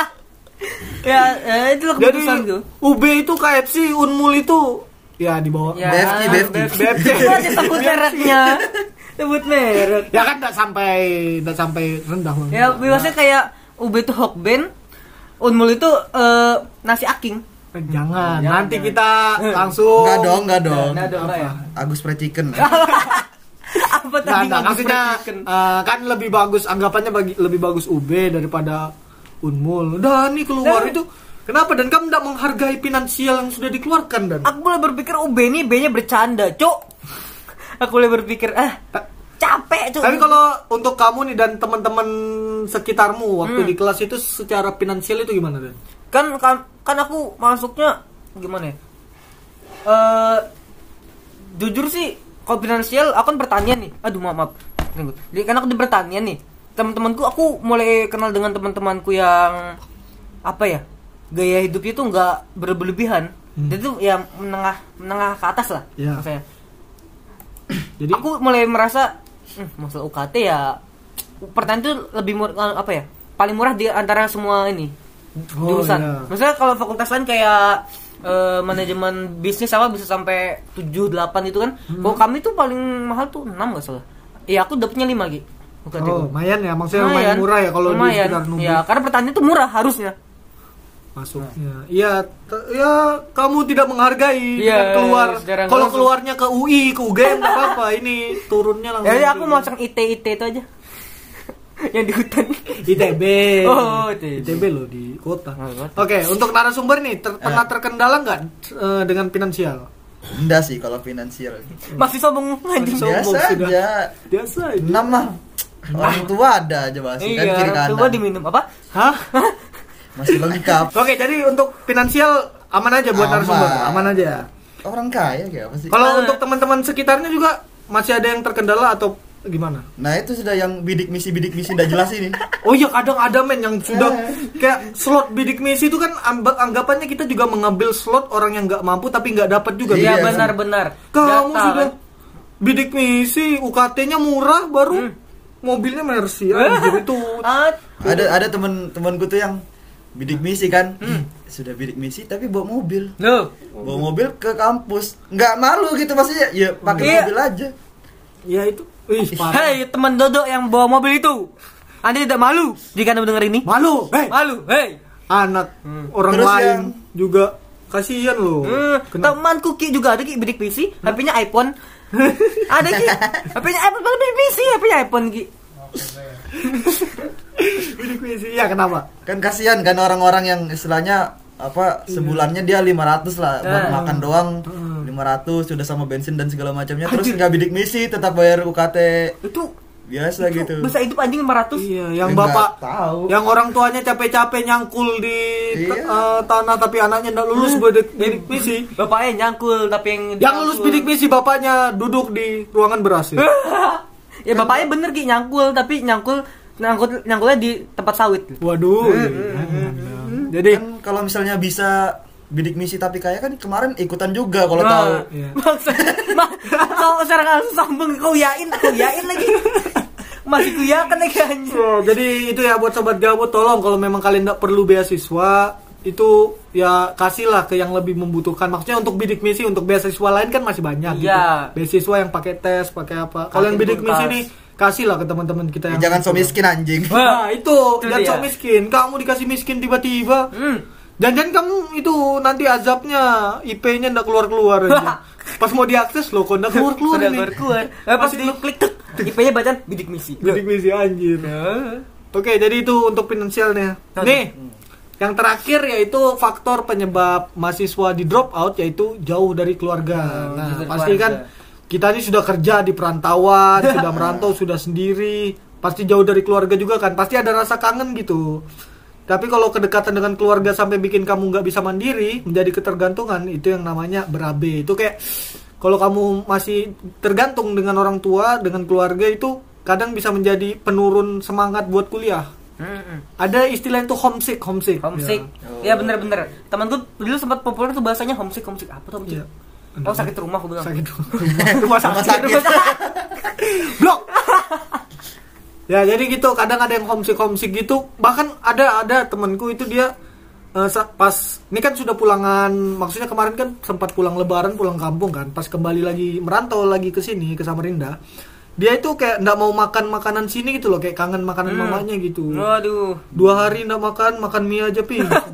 ya itu keputusan tuh. UB itu KFC, Unmul itu ya di bawah. Ya, BFC. Sebut mereknya. Sebut merek. Ya kan enggak sampai rendah banget. Ya biasanya kayak UB itu Hokben, Unmul itu nasi aking. Jangan. Nanti kita langsung. Enggak dong. Ya. Agus Fried Chicken. Apa tadi maksudnya kan lebih bagus, anggapannya lebih bagus UB daripada Unmul. Dani keluar itu kenapa, dan kamu tidak menghargai finansial yang sudah dikeluarkan? Dan aku mulai berpikir UB ini B-nya bercanda, Cuk. Aku mulai berpikir capek, Cuk. Tapi kalau untuk kamu nih dan teman-teman sekitarmu waktu di kelas itu secara finansial itu gimana, Dan? Kan aku masuknya gimana ya? Jujur sih kalau finansial aku kan pertanian nih. Aduh maaf. Jadi kan aku di pertanian nih. Teman-temanku, aku mulai kenal dengan teman-temanku yang apa ya? Gaya hidupnya tuh nggak berlebihan. Jadi tuh ya menengah ke atas lah. Yeah. Maksudnya. Jadi aku mulai merasa masalah UKT ya pertanian tuh lebih paling murah di antara semua ini jurusan. Yeah. Maksudnya kalau fakultas lain kayak manajemen bisnis bisa sampai 7-8 itu kan. Kalau kami tuh paling mahal tuh 6 enggak salah. Iya, aku dapetnya 5 gitu. Lumayan ya, maksudnya lumayan murah ya kalau di sekitar Nubi. Ya, karena pertanian itu murah harusnya. Masuknya. Iya, ya kamu tidak menghargai keluar. Kalau keluarnya ke UI, ke UGM enggak apa-apa. Ini turunnya langsung. Ya aku mau IT itu aja. Yang di hutan. ITB. Oh, ITB loh di kota. Oke, untuk narasumber nih pernah terkendala nggak dengan finansial? Enggak sih kalau finansial. Masih sombong anjing. Biasa aja. Nama orang tua ada aja masih kan kiri kanan. Coba diminum apa? Hah? Masih lengkap. Oke, jadi untuk finansial aman aja buat narasumber. Aman aja. Orang kaya kayak apa sih? Kalau untuk teman-teman sekitarnya juga masih ada yang terkendala atau gimana? Nah itu sudah yang bidik misi enggak jelas ini. Oh iya, kadang ada men yang sudah kayak slot bidik misi itu kan anggapannya kita juga mengambil slot orang yang nggak mampu tapi nggak dapat juga. Iya benar. Kamu sudah bidik misi, UKT-nya murah baru mobilnya Mercy anjir itu. Ada temanku tuh yang bidik misi kan. Sudah bidik misi tapi bawa mobil. Bawa mobil ke kampus. Nggak malu gitu maksudnya. Ya pakai mobil aja. Ya itu. Hei teman Dodo yang bawa mobil itu, Anda tidak malu jika Anda mendengar ini? Malu. Anak orang terus lain juga kasihan loh. Temanku Ki juga ada Ki bidik misi, HP-nya iPhone. Ada Ki, HP-nya iPhone, bidik misi, HP-nya iPhone Ki. Bidik misi, ya kenapa? Kan kasihan kan orang-orang yang istilahnya sebulannya dia 500 lah buat makan doang. 500 sudah sama bensin dan segala macamnya, terus nggak bidik misi, tetap bayar UKT. Itu biasa itu gitu. Bisa hidup anjing 500. Iya, yang bapak tahu. Yang orang tuanya capek-capek nyangkul di tanah tapi anaknya enggak lulus bidik misi. Bapaknya nyangkul tapi yang lulus bidik misi bapaknya duduk di ruangan beras. Ya bapaknya bener Ki, nyangkul tapi nyangkulnya di tempat sawit. Waduh. Jadi kan kalau misalnya bisa bidik misi tapi kaya kan kemarin ikutan juga kalau tahu. Iya. Kalau sekarang langsung sambung kau yain lagi. Masih kuyakan lagi anjir. Jadi itu ya buat sobat gabut, tolong kalau memang kalian enggak perlu beasiswa itu ya kasihlah ke yang lebih membutuhkan. Maksudnya untuk bidik misi, untuk beasiswa lain kan masih banyak gitu. Beasiswa yang pakai tes, pakai apa. Kalau yang bidik misi nih kasihlah ke teman-teman kita yang jangan so miskin anjing. Nah, itu jangan so miskin. Kamu dikasih miskin tiba-tiba. Jangan kamu itu nanti azabnya IP-nya enggak keluar-keluar aja. Pas mau diakses loh kok enggak keluar-keluar ini. Pas di klik tek IP-nya bacaan bidik misi. Bidik misi anjir. Oke, jadi itu untuk finansialnya. Nih, yang terakhir yaitu faktor penyebab mahasiswa di drop out yaitu jauh dari keluarga. Nah, pasti kan kita ini sudah kerja di perantauan, sudah merantau, sudah sendiri, pasti jauh dari keluarga juga kan. Pasti ada rasa kangen gitu. Tapi kalau kedekatan dengan keluarga sampai bikin kamu nggak bisa mandiri, menjadi ketergantungan, itu yang namanya berabe. Itu kayak kalau kamu masih tergantung dengan orang tua, dengan keluarga, itu kadang bisa menjadi penurun semangat buat kuliah. Ada istilah itu homesick. Ya bener-bener. Temanku dulu sempat populer tuh bahasanya homesick. Apa tuh homesick? Oh sakit rumah aku bilang. Sakit rumah sakit. Blok. Ya jadi gitu, kadang ada yang homesick gitu. Bahkan ada temanku itu dia pas ini kan sudah pulangan, maksudnya kemarin kan sempat pulang lebaran, pulang kampung kan, pas kembali lagi merantau lagi ke sini ke Samarinda, dia itu kayak nggak mau makan makanan sini gitu loh, kayak kangen makanan mamanya gitu. Waduh, 2 hari nggak makan mie aja pingsan.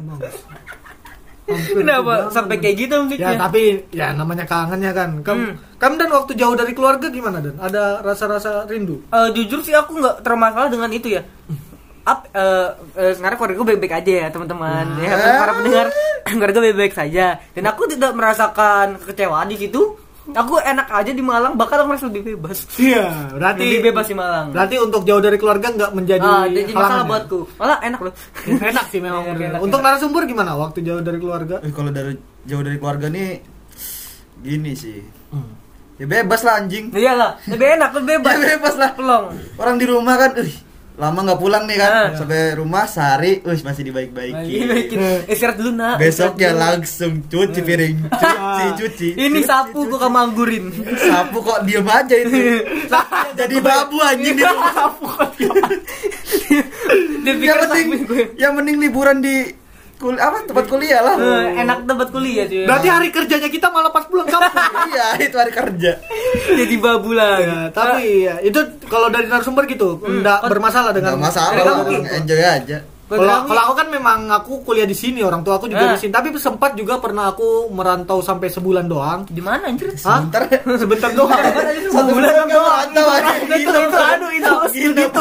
Kenapa sampai kayak gitu Ya musiknya? tapi ya namanya kangennya kan. Kamu dan waktu jauh dari keluarga gimana Dan? Ada rasa-rasa rindu? Jujur sih aku nggak termasalah dengan itu ya. Sekarang keluarga gue baik-baik aja ya teman-teman. Ya para pendengar, keluarga baik-baik saja. Dan aku tidak merasakan kekecewaan di situ. Aku enak aja di Malang, bahkan aku merasa lebih bebas. Iya, berarti lebih bebas di Malang. Berarti untuk jauh dari keluarga nggak menjadi masalah buatku. Malah enak loh. Enak sih memang. Untuk narasumber gimana waktu jauh dari keluarga? Kalau jauh dari keluarga nih gini sih. Ya bebas lah anjing. Iyalah, lebih enak, lebih bebas. Ya bebas lah. Pelong. Orang di rumah kan, lama nggak pulang nih kan, sampai rumah sehari, masih dibaik-baikin. Istirahat dulu nak. Besoknya langsung cuci piring, cuci. Ini sapu kok kamu anggurin. Sapu kok diem aja itu. Jadi babu anjing di rumah. Sapu kok diem. Yang mending liburan di tempat kuliah lah. Enak tempat kuliah sih. Berarti hari kerjanya kita malah pas pulang kampung. Iya, itu hari kerja. Jadi babu lah. Ya, tapi ya itu kalau dari narasumber gitu enggak bermasalah dengan. Enggak masalah, enjoy aja. Kalau aku kan memang aku kuliah di sini, orang tua aku juga di sini. Tapi sempat juga pernah aku merantau sampai sebulan doang. Di mana anjir? Sebentar doang. Sebulan doang. Itu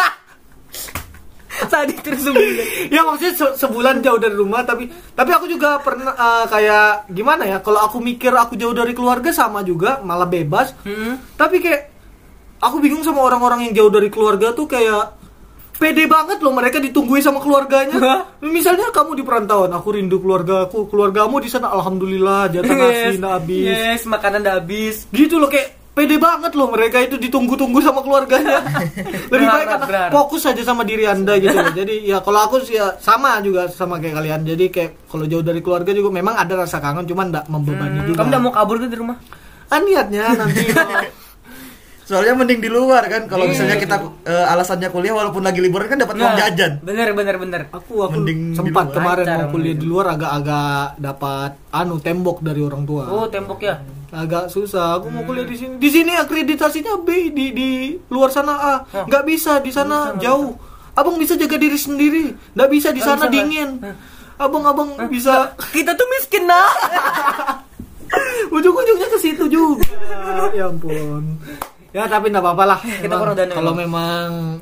Tadi terus ya maksudnya sebulan jauh dari rumah, tapi aku juga pernah kayak gimana ya, kalau aku mikir aku jauh dari keluarga sama juga malah bebas. Tapi kayak aku bingung sama orang-orang yang jauh dari keluarga tuh kayak pede banget loh, mereka ditungguin sama keluarganya. Misalnya kamu di perantauan, aku rindu keluargaku, keluargamu di sana alhamdulillah jatah nasi ndak habis. Yes, makanan ndak habis. Gitu loh, kayak pede banget loh mereka itu ditunggu-tunggu sama keluarganya. Lebih baik karena fokus aja sama diri Anda gitu loh. Jadi ya kalau aku sih ya sama juga sama kayak kalian. Jadi kayak kalau jauh dari keluarga juga memang ada rasa kangen, cuman enggak membebani juga. Kamu enggak mau kabur dari rumah? Niatnya nanti Soalnya mending di luar kan, kalau misalnya kita alasannya kuliah walaupun lagi liburan kan dapat uang jajan. Bener. Aku sempat kemarin mau kuliah di luar agak dapat tembok dari orang tua. Oh, tembok ya. Agak susah. Aku mau kuliah di sini. Di sini akreditasinya B, di luar sana A. Enggak bisa, di sana jauh. Abang bisa jaga diri sendiri. Enggak bisa, di sana dingin. Abang bisa. Kita tuh miskin, nah. Ujung-ujungnya ke situ juga. Ya ampun. Ya tapi enggak apa-apa lah. Kita kurang dana. Kalau memang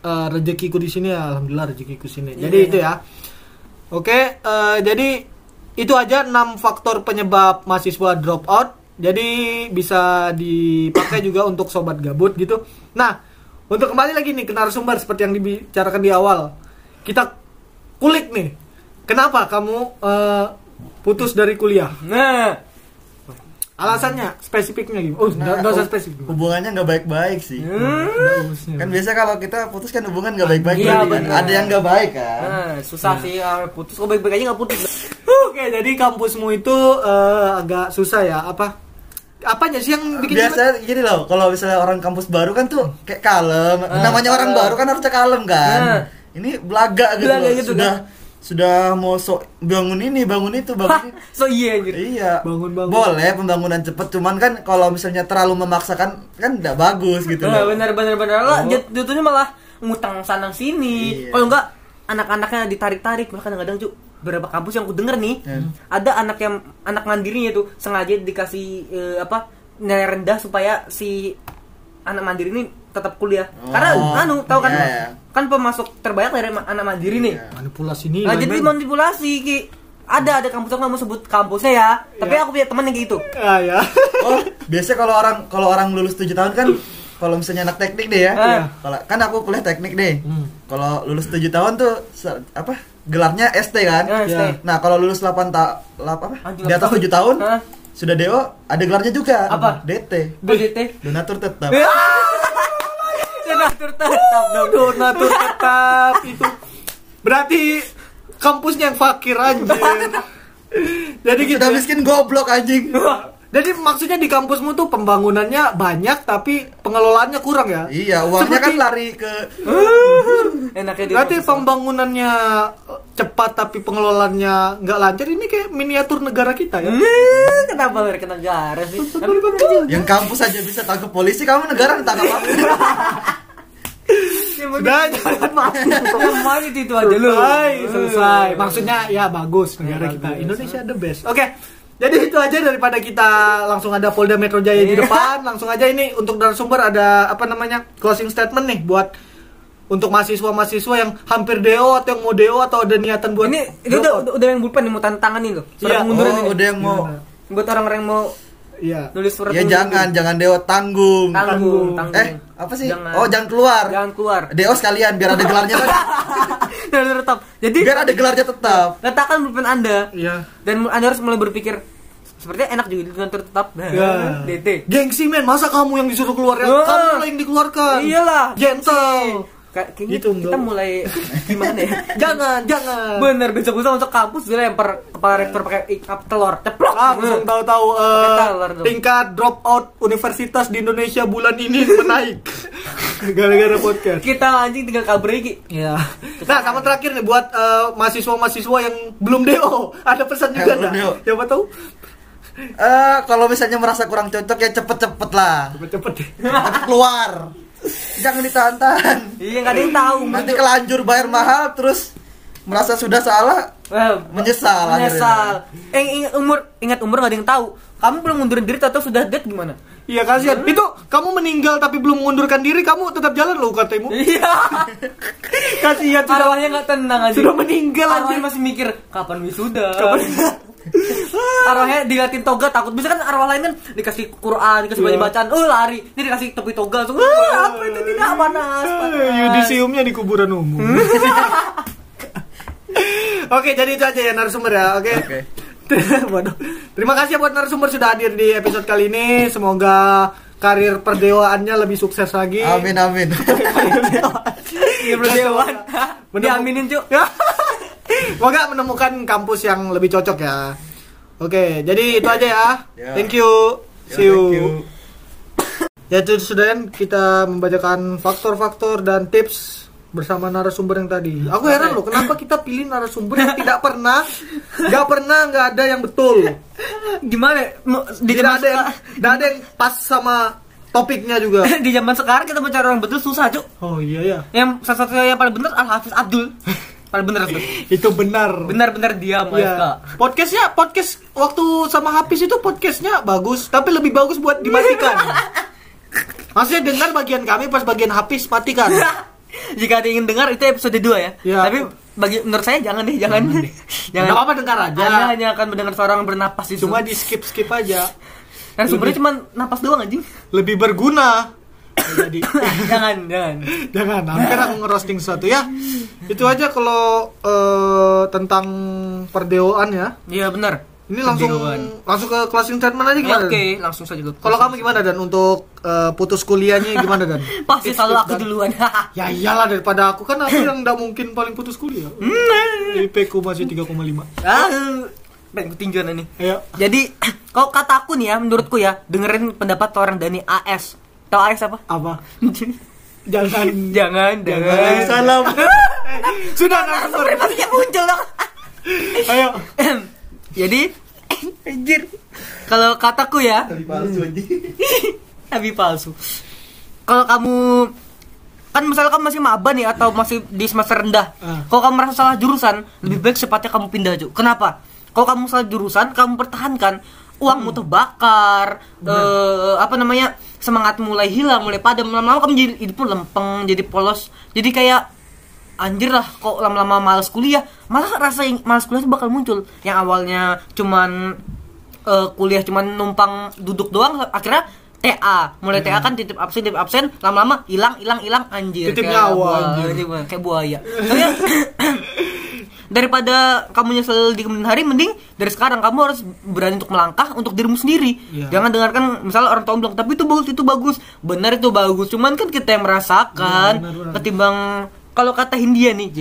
rezekiku di sini ya alhamdulillah rezekiku sini. Jadi itu ya. Oke, jadi itu aja 6 faktor penyebab mahasiswa drop out. Jadi bisa dipakai juga untuk sobat gabut gitu. Nah, untuk kembali lagi nih ke narasumber seperti yang dibicarakan di awal. Kita kulik nih. Kenapa kamu putus dari kuliah? Nah, alasannya spesifiknya gitu. Oh, enggak usah spesifik. Hubungannya enggak baik-baik sih. Kan biasa kalau kita putus kan hubungan enggak baik-baik. Iya, ada yang enggak baik kan. Susah sih putus. Kok baik-baik aja enggak putus. Oke, jadi kampusmu itu agak susah ya? Apanya sih yang bikin biasa gini loh, kalau misalnya orang kampus baru kan tuh kayak kalem. Namanya orang baru kan harusnya kalem kan. Ini belaga gitu. Sudah mau bangun ini, bangun itu, bangun ini. So iya anjir. Iya. Bangun. Boleh pembangunan cepet, cuman kan kalau misalnya terlalu memaksakan kan enggak bagus gitu loh. Benar. Lah jatuhnya malah ngutang sana sini. Kalau enggak anak-anaknya ditarik-tarik, bahkan kadang-kadang beberapa kampus yang aku denger nih, ada anak mandirinya tuh sengaja dikasih nilai rendah supaya si anak mandiri ini tetap kuliah. Karena tahu kan kan pemasok terbanyak dari anak mandiri nih. Manipulasi nih. Nah, jadi manipulasi Ki. Ada kampus, aku nggak mau sebut kampusnya ya, tapi aku punya teman yang kayak gitu. Ya. Oh, biasa kalau orang lulus 7 tahun kan, kalau misalnya anak teknik deh ya. Kalau kan aku kuliah teknik deh. Kalau lulus 7 tahun tuh gelarnya ST kan? ST. Nah, kalau lulus 8 di atas 7 tahun sudah DO, ada gelarnya juga. Apa? DT. Donatur tetap. Donatur tetap itu. Berarti kampusnya yang fakir anjir. Jadi kita miskin goblok anjing. Jadi maksudnya di kampusmu tuh pembangunannya banyak tapi pengelolaannya kurang ya? Iya, uangnya kan lari ke enaknya. Berarti pembangunannya cepat tapi pengelolaannya nggak lancar. Ini kayak miniatur negara kita ya? Kenapa mereka negara sih? Yang kampus aja bisa tangkap polisi, kamu negara ditangkap apa? Sudah jangan main itu aja lu. Selesai. Maksudnya ya bagus negara kita. Indonesia the best. Oke. Jadi itu aja daripada kita langsung ada Polda Metro Jaya di depan. Langsung aja ini untuk narasumber ada closing statement nih buat untuk mahasiswa yang hampir DO atau yang mau DO atau ada niatan buat ini udah yang bukan nih mau tantangan nih loh. Surat pengunduran ini. Udah yang mau buat orang-orang yang mau nulis surat. Ya jangan DO tanggung. Apa sih? Jangan keluar. DO sekalian biar ada gelarnya tadi. Tetap. Jadi biar ada gelarnya tetap. Letakkan pulpen Anda. Iya. Dan Anda harus mulai berpikir sepertinya enak juga dengan tetap. DT. Gengsi men, masa kamu yang disuruh keluar ya? Kamu yang dikeluarkan. Iyalah. Gentle. Kayaknya gitu, kita mulai gimana ya? Jangan. Bener, besok masuk kampus dia lempar kepala rektor pakai ikat telur, ceplok. Langsung tahu-tahu tingkat drop out universitas di Indonesia bulan ini menaik gara-gara podcast. Kita anjing tinggal kabar iki. Iya. Nah, sama terakhir nih buat mahasiswa-mahasiswa yang belum DO, ada pesan juga enggak? Siapa tahu? Kalau misalnya merasa kurang cocok ya cepet-cepet lah. Cepet deh. Tapi keluar. Jangan ditahan. Iya, nggak ada yang tahu. Nanti kelanjur bayar mahal terus merasa sudah salah, menyesal. Ingat umur nggak ada yang tahu. Kamu belum mundurin diri atau sudah dead gimana? Iya, kasihan. Itu kamu meninggal tapi belum mengundurkan diri, kamu tetap jalan loh katemu. Iya. Kasihan, arwahnya nggak tenang aja. Sudah meninggal aja. Arwahnya masih mikir kapan wisuda. Arwahnya diliatin toga takut. Bisa kan arwah lain kan dikasih Quran, dikasih bacaan, lari. Ini dikasih topi toga, langsung apa itu tidak panas. Yudisiumnya di kuburan umum. Oke, jadi itu aja ya narasumber ya. Oke. Waduh. Terima kasih buat narasumber sudah hadir di episode kali ini. Semoga karir perdewaannya lebih sukses lagi. Amin. Perdewan. Diaminin, Cuk. Semoga menemukan kampus yang lebih cocok ya. Oke, jadi itu aja ya. Thank you. See you. Ya itu sudah kita membacakan faktor-faktor dan tips bersama narasumber yang tadi. Aku heran loh, kenapa kita pilih narasumber yang tidak nggak ada yang betul. Gimana? Tidak ada yang pas sama topiknya juga. Di zaman sekarang kita mencari orang betul susah, Cuk. Oh iya ya. Yang satu-satunya yang paling benar Al-Hafiz Abdul. Paling benar tuh. Itu benar. Benar-benar diam, ya. Podcast waktu sama Hafiz itu podcastnya bagus, tapi lebih bagus buat dimatikan. Maksudnya dengar bagian kami, pas bagian Hafiz matikan. Jika ada ingin dengar itu episode 2 ya. Tapi menurut saya jangan deh, jangan. Jangan apa-apa, dengar aja. Anda hanya akan mendengar suara orang bernapas itu. Cuma di skip aja. Dan sumbernya cuma napas doang anjing. Lebih berguna. Jadi jangan. Hampir aku ngerosting sesuatu ya. Itu aja kalau tentang perdeoan ya. Iya benar. Ini langsung ke closing statement aja gimana? Oke, langsung saja. Kalau kamu gimana Dan untuk putus kuliahnya gimana Dan? Pasti selalu aku duluan. Ya iyalah, daripada aku kan aku yang enggak mungkin paling putus kuliah. IP ku masih 3,5. Pengen ketinggian ini. Ayo. Jadi kalau kata aku nih ya, menurutku ya, dengerin pendapat orang Dani AS. Tahu AS apa? Apa? jangan salam. Sudah nganggur. Privasinya muncul dong. Ayo. Jadi anjir. Kalau kataku ya, Abi palsu. Kalau kamu kan misalnya kamu masih maba nih atau masih di semester rendah. Kalau kamu merasa salah jurusan, lebih baik secepatnya kamu pindah aja. Kenapa? Kalau kamu salah jurusan, kamu pertahankan, uangmu terbakar, semangat mulai hilang, mulai padam, lama-lama kamu jadi hidup lempeng, jadi polos, jadi kayak anjir lah, kok lama-lama malas kuliah. Malah rasa malas kuliah itu bakal muncul. Yang awalnya cuman kuliah cuman numpang duduk doang, akhirnya TA. Mulai TA kan titip absen, lama-lama hilang anjir. Titip nyawa anjir. Kayak buaya. Soalnya daripada kamu nyesel di kemudian hari, mending dari sekarang kamu harus berani untuk melangkah untuk dirimu sendiri. Jangan dengarkan misalnya orang tua bilang tapi itu bagus. Benar itu bagus. Cuman kan kita yang merasakan ketimbang kalau kata Hindia nih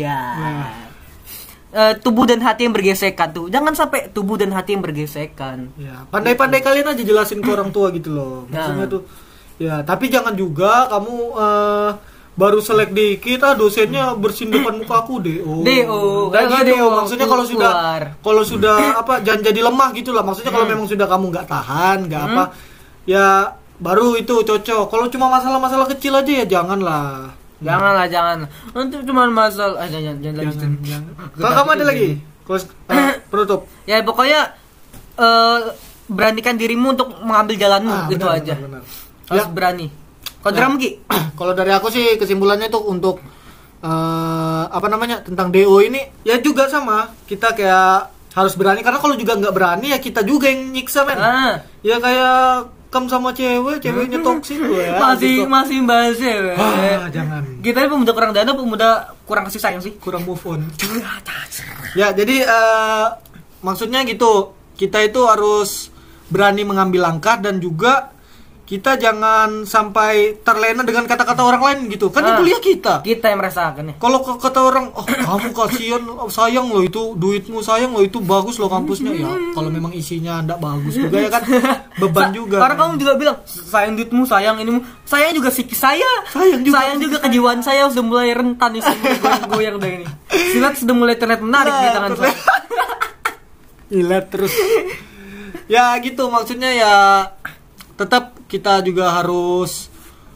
tubuh dan hati yang bergesekan tuh. Jangan sampai tubuh dan hati yang bergesekan. Ya, pandai-pandai kalian aja jelasin ke orang tua gitu loh. Maksudnya tuh ya, tapi jangan juga kamu baru selek dikit dosennya bersin depan muka aku DO. Enggak DO. Maksudnya kalau sudah apa jangan jadi lemah gitu lah. Maksudnya kalau memang sudah kamu enggak tahan, enggak apa ya baru itu cocok. Kalau cuma masalah-masalah kecil aja ya janganlah. Jangan. Untuk cuma masalah jangan lanjutin. Kalau kamu ada lagi? Penutup. Ya pokoknya beranikan dirimu untuk mengambil jalanmu gitu aja. Benar. Harus berani. Kalau dari Ki? Kalau dari aku sih kesimpulannya tuh untuk tentang DO ini ya juga sama. Kita kayak harus berani karena kalau juga nggak berani ya kita juga yang nyiksa men. Ya kayak kamu sama ceweknya toksik ya. Masih bahas cewek. Jangan. Kita ini pemuda kurang dana, pemuda kurang kasih sayang sih, kurang move on. Ya, jadi maksudnya gitu. Kita itu harus berani mengambil langkah dan juga kita jangan sampai terlena dengan kata-kata orang lain gitu. Kan itu kuliah kita yang merasakan ya. Kalau kata orang, kamu kasihan, sayang loh itu duitmu, sayang loh itu bagus loh kampusnya. Ya kalau memang isinya enggak bagus juga ya kan beban juga. Karena kamu juga bilang sayang duitmu, sayang inimu, sayang juga psikis saya, sayang juga kejiwaan saya sudah mulai rentan nih, goyang dari ini. Silat sudah mulai terlihat menarik di tangan saya. Ilat terus. Ya gitu maksudnya ya. Tetap kita juga harus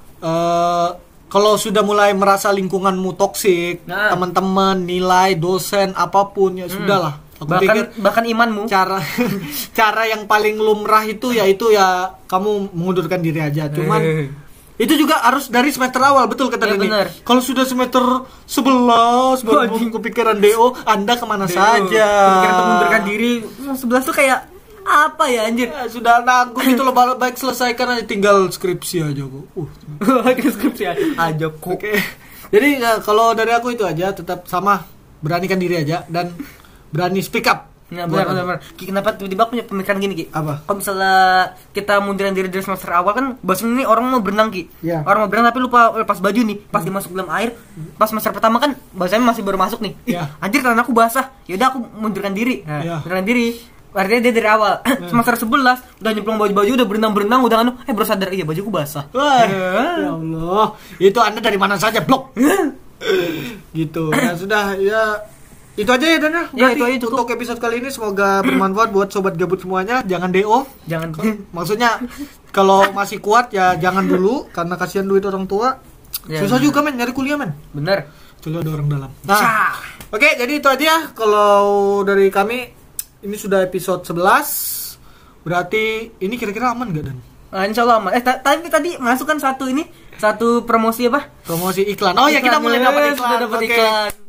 kalau sudah mulai merasa lingkunganmu toksik, teman-teman, nilai, dosen, apapun ya sudahlah. Bahkan imanmu. Cara yang paling lumrah itu ya kamu mengundurkan diri aja. Cuman itu juga harus dari semester awal, betul kata Dani. Kalau sudah semester 11 baru kepikiran DO, Anda kemana saja? Kepikiran untuk mengundurkan diri. 11 tuh kayak apa ya anjir? Ya, sudah nanggung itu loh, baik selesaikan aja, tinggal skripsi aja kok. Skripsi aja kok. Oke. Jadi kalau dari aku itu aja, tetap sama, beranikan diri aja dan berani speak up. Nah, benar. Kenapa tiba-tiba punya pemikiran gini, Ki? Apa? Kalau misalnya kita mundurin diri dari semester awal kan, bahasanya ini orang mau berenang, Ki. Yeah. Orang mau berenang tapi lupa lepas baju nih. Pas dimasuk dalam air, pas semester pertama kan bahasanya masih baru masuk nih. Yeah. Anjir, tangan aku basah. Ya udah aku mundurkan diri. Mundurkan diri. Artinya dia dari awal semester 11 udah nyemplung baju udah berenang udah baru sadar iya bajuku basah. Wah, ya Allah, itu Anda dari mana saja blok? Gitu. Ya sudah ya. Itu aja ya Dan ya. Itu aja cukup. Untuk episode kali ini semoga bermanfaat buat sobat gabut semuanya. Jangan DO. Jangan. Maksudnya kalau masih kuat ya jangan dulu karena kasihan duit orang tua. Ya, susah juga men nyari kuliah men. Bener. Coba ada orang dalam. Nah. Oke, jadi itu aja kalau dari kami. Ini sudah episode 11. Berarti ini kira-kira aman gak Dan? Insya Allah aman. Tadi masukkan satu promosi apa? Promosi iklan. Oh ya kita mulai dapat iklan. Iklan.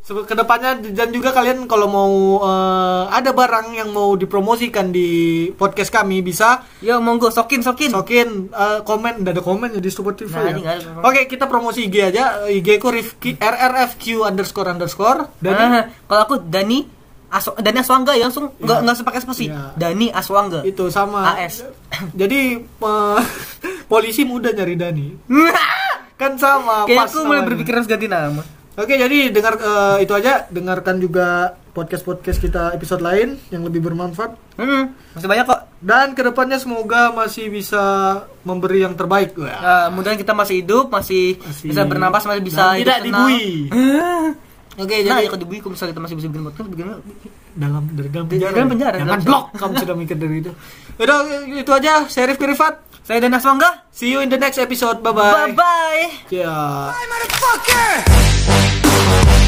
kedepannya, dan juga kalian kalau mau ada barang yang mau dipromosikan di podcast kami bisa monggo sokin komen, ada komen ya di Spotify. Oke, kita promosi IG aja. IG ku Rifki RRFQ _ dan kalau aku Dani Aswangga ya, langsung nggak sepakai spasi. Dani Aswangga itu sama AS. Jadi polisi muda nyari Dani kan sama. Kayak aku mulai berpikiran ganti nama. Oke, jadi itu aja. Dengarkan juga podcast kita episode lain yang lebih bermanfaat. Masih banyak kok. Dan kedepannya semoga masih bisa memberi yang terbaik. Mudah-mudahan kita masih hidup, masih bisa bernapas, masih bisa tidak dibui. Oke, jadi kalau dibui, kalau misalnya kita masih bisa bikin podcast, dari dalam penjara. Jangan blok, kamu sudah mikir dari itu. Udah, itu aja. Saya Rifki Rifat. Saya Dana Swangga. See you in the next episode. Bye bye. Bye bye. Yeah. Bye, motherfucker.